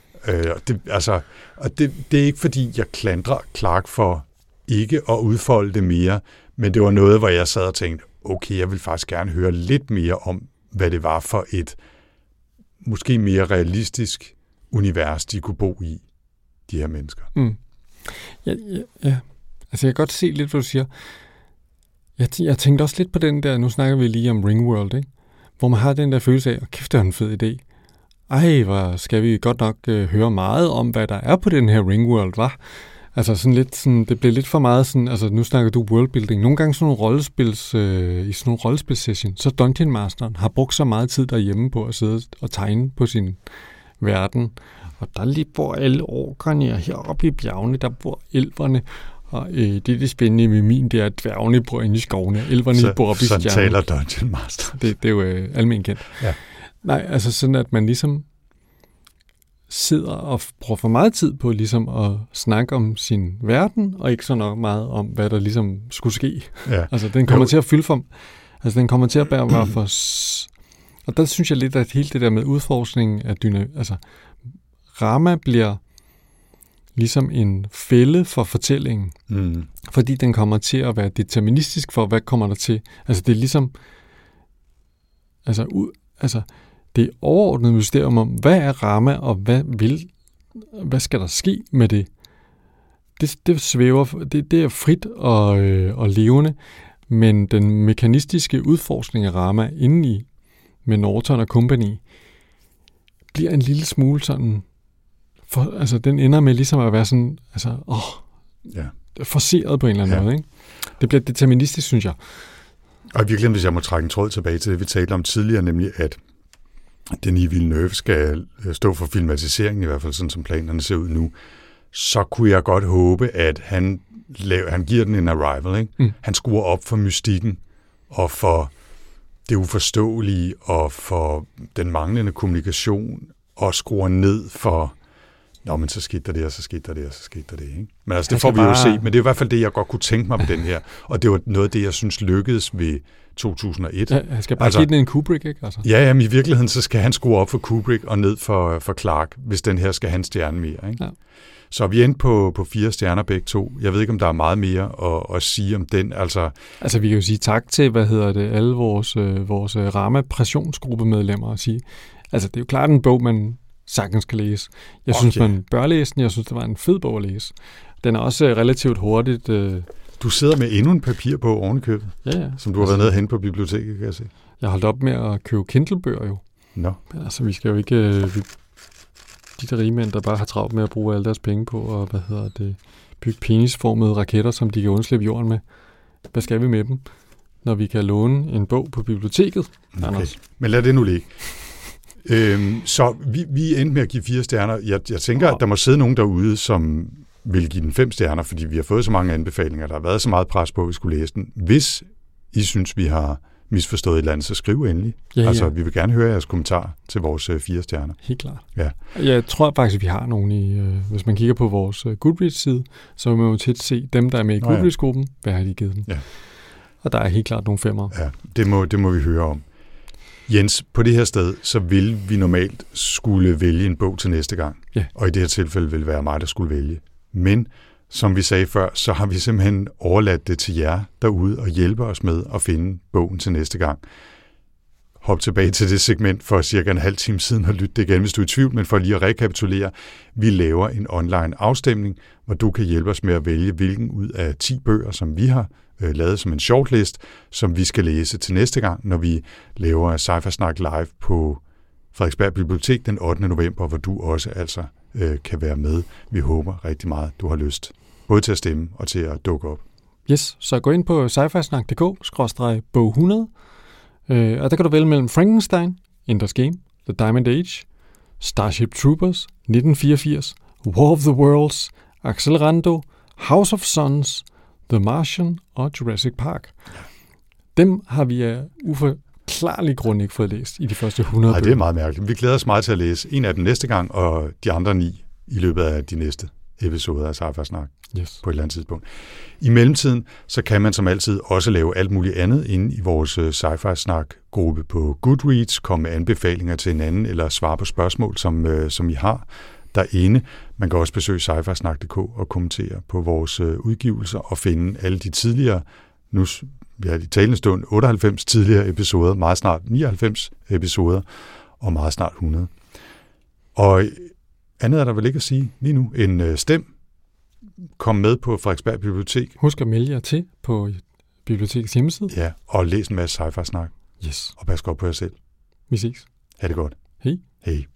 Det er ikke, fordi jeg klandrer Clarke for ikke at udfolde det mere, men det var noget, hvor jeg sad og tænkte, okay, jeg vil faktisk gerne høre lidt mere om, hvad det var for et måske mere realistisk univers, de kunne bo i, de her mennesker. Mm. Ja. Altså, jeg kan godt se lidt, hvad du siger. Jeg tænkte også lidt på den der, nu snakker vi lige om Ringworld, ikke? Hvor man har den der følelse af, kæft, det er en fed idé. Ej, hvor skal vi godt nok høre meget om, hvad der er på den her Ringworld, hva'? Altså sådan lidt sådan, det bliver lidt for meget sådan, altså nu snakker du worldbuilding. Nogle gange sådan nogle i sådan nogle rollespilsession, så Dungeon Masteren har brugt så meget tid derhjemme på at sidde og tegne på sin verden. Og der lige bor alle orkerne, og heroppe i bjergene, der bor elverne. Og det spændende med min, det er, at dværgene bor inde i skovene, elverne bor oppe i stjernen. Sådan taler Dungeon Master. Det er jo almen kendt. Ja. Nej, altså sådan, at man ligesom sidder og bruger for meget tid på ligesom at snakke om sin verden, og ikke så nok meget om, hvad der ligesom skulle ske. Ja. Altså, den kommer til at fylde for... Altså, den kommer til at være for... Og der synes jeg lidt, at hele det der med udforskningen af altså, Rama bliver ligesom en fælde for fortællingen, fordi den kommer til at være deterministisk for, hvad kommer der til. Altså, det er ligesom... Altså, det er overordnet mysterium om, hvad er Rama, og hvad skal der ske med det? Det svæver, det er frit og levende, men den mekanistiske udforskning af Rama indeni med Norton og Company bliver en lille smule sådan, altså den ender med ligesom at være sådan, altså, forceret på en eller anden måde, ikke? Det bliver deterministisk, synes jeg. Og virkelig, hvis jeg må trække en tråd tilbage til det, vi talte om tidligere, nemlig at Denis Villeneuve skal stå for filmatiseringen, i hvert fald sådan som planerne ser ud nu, så kunne jeg godt håbe, at han giver den en arrival. Ikke? Han skruer op for mystikken, og for det uforståelige, og for den manglende kommunikation, og skruer ned for, men så skete der det, og så skete der det, og så skete der det. Ikke? Men altså, det får vi jo se, men det er i hvert fald det, jeg godt kunne tænke mig på den her, og det var noget af det, jeg synes lykkedes ved 2001. Ja, han skal bare give den en Kubrick, ikke? Altså. Ja, men i virkeligheden, så skal han skrue op for Kubrick og ned for Clarke, hvis den her skal have en stjerne mere. Ikke? Ja. Så vi er inde på 4 stjerner begge to. Jeg ved ikke, om der er meget mere at sige om den. Altså, vi kan jo sige tak til, alle vores Rama-pressionsgruppemedlemmer og sige. Altså, det er jo klart en bog, man sagtens kan læse. Jeg synes, man bør læse den. Jeg synes, det var en fed bog at læse. Den er også relativt hurtigt... Du sidder med endnu en papirbog ovenikøbet, som du har været nede hen på biblioteket, kan jeg se. Jeg har holdt op med at købe Kindle-bøger jo. Nå. Men altså, vi skal jo ikke... de der rigmænd, der bare har travlt med at bruge alle deres penge på, og bygge penisformede raketter, som de kan undslippe jorden med. Hvad skal vi med dem, når vi kan låne en bog på biblioteket? Okay. Anders. Men lad det nu ligge. Så vi endte med at give 4 stjerner. Jeg tænker, at der må sidde nogen derude, som vil give den 5 stjerner, fordi vi har fået så mange anbefalinger. Der har været så meget pres på, at vi skulle læse den. Hvis I synes, vi har misforstået et eller andet, så skriv endelig. Ja. Vi vil gerne høre jeres kommentar til vores 4 stjerner. Helt klart. Ja. Jeg tror faktisk, at vi har nogen i... hvis man kigger på vores Goodreads-side, så vil man jo tit se dem, der er med i Goodreads-gruppen. Hvad har de givet den? Ja. Og der er helt klart nogle 5'ere. Ja, det må vi høre om. Jens, på det her sted, så vil vi normalt skulle vælge en bog til næste gang. Ja. Og i det her tilfælde vil det være mig, der skulle vælge. Men som vi sagde før, så har vi simpelthen overladt det til jer derude og hjælpe os med at finde bogen til næste gang. Hop tilbage til det segment for cirka en halv time siden og lyt det igen, hvis du er i tvivl, men for lige at rekapitulere, vi laver en online afstemning, hvor du kan hjælpe os med at vælge, hvilken ud af 10 bøger, som vi har lavet som en shortlist, som vi skal læse til næste gang, når vi laver Sci-Fi Snak live på Frederiksberg Bibliotek den 8. november, hvor du også altså kan være med. Vi håber rigtig meget, du har lyst både til at stemme og til at dukke op. Yes, så gå ind på sci-fi-snak.dk/bog 100, og der kan du vælge mellem Frankenstein, Ender's Game, The Diamond Age, Starship Troopers, 1984, War of the Worlds, Accelerando, House of Sons, The Martian og Jurassic Park. Dem har vi af uforklarlig grund ikke fået læst i de første 100 Nej, bøger. det er meget mærkeligt. Vi glæder os meget til at læse en af dem næste gang, og de andre 9 i løbet af de næste episoder af Sci-Fi Snak Yes. på et eller andet tidspunkt. I mellemtiden, så kan man som altid også lave alt muligt andet inde i vores Sci-Fi Snak-gruppe på Goodreads, komme med anbefalinger til hinanden, eller svare på spørgsmål, som I har derinde. Man kan også besøge sci-fi-snak.dk og kommentere på vores udgivelser og finde alle de tidligere, nu vi har i talende stund 98 tidligere episoder, meget snart 99 episoder og meget snart 100. Og andet er der vel ikke at sige lige nu end stem. Kom med på Frederiksberg Bibliotek. Husk at melde jer til på bibliotekets hjemmeside. Ja, og læs en masse Sci-Fi Snak. Yes. Og pas godt på jer selv. Vi ses. Ha' det godt. Hej. Hej.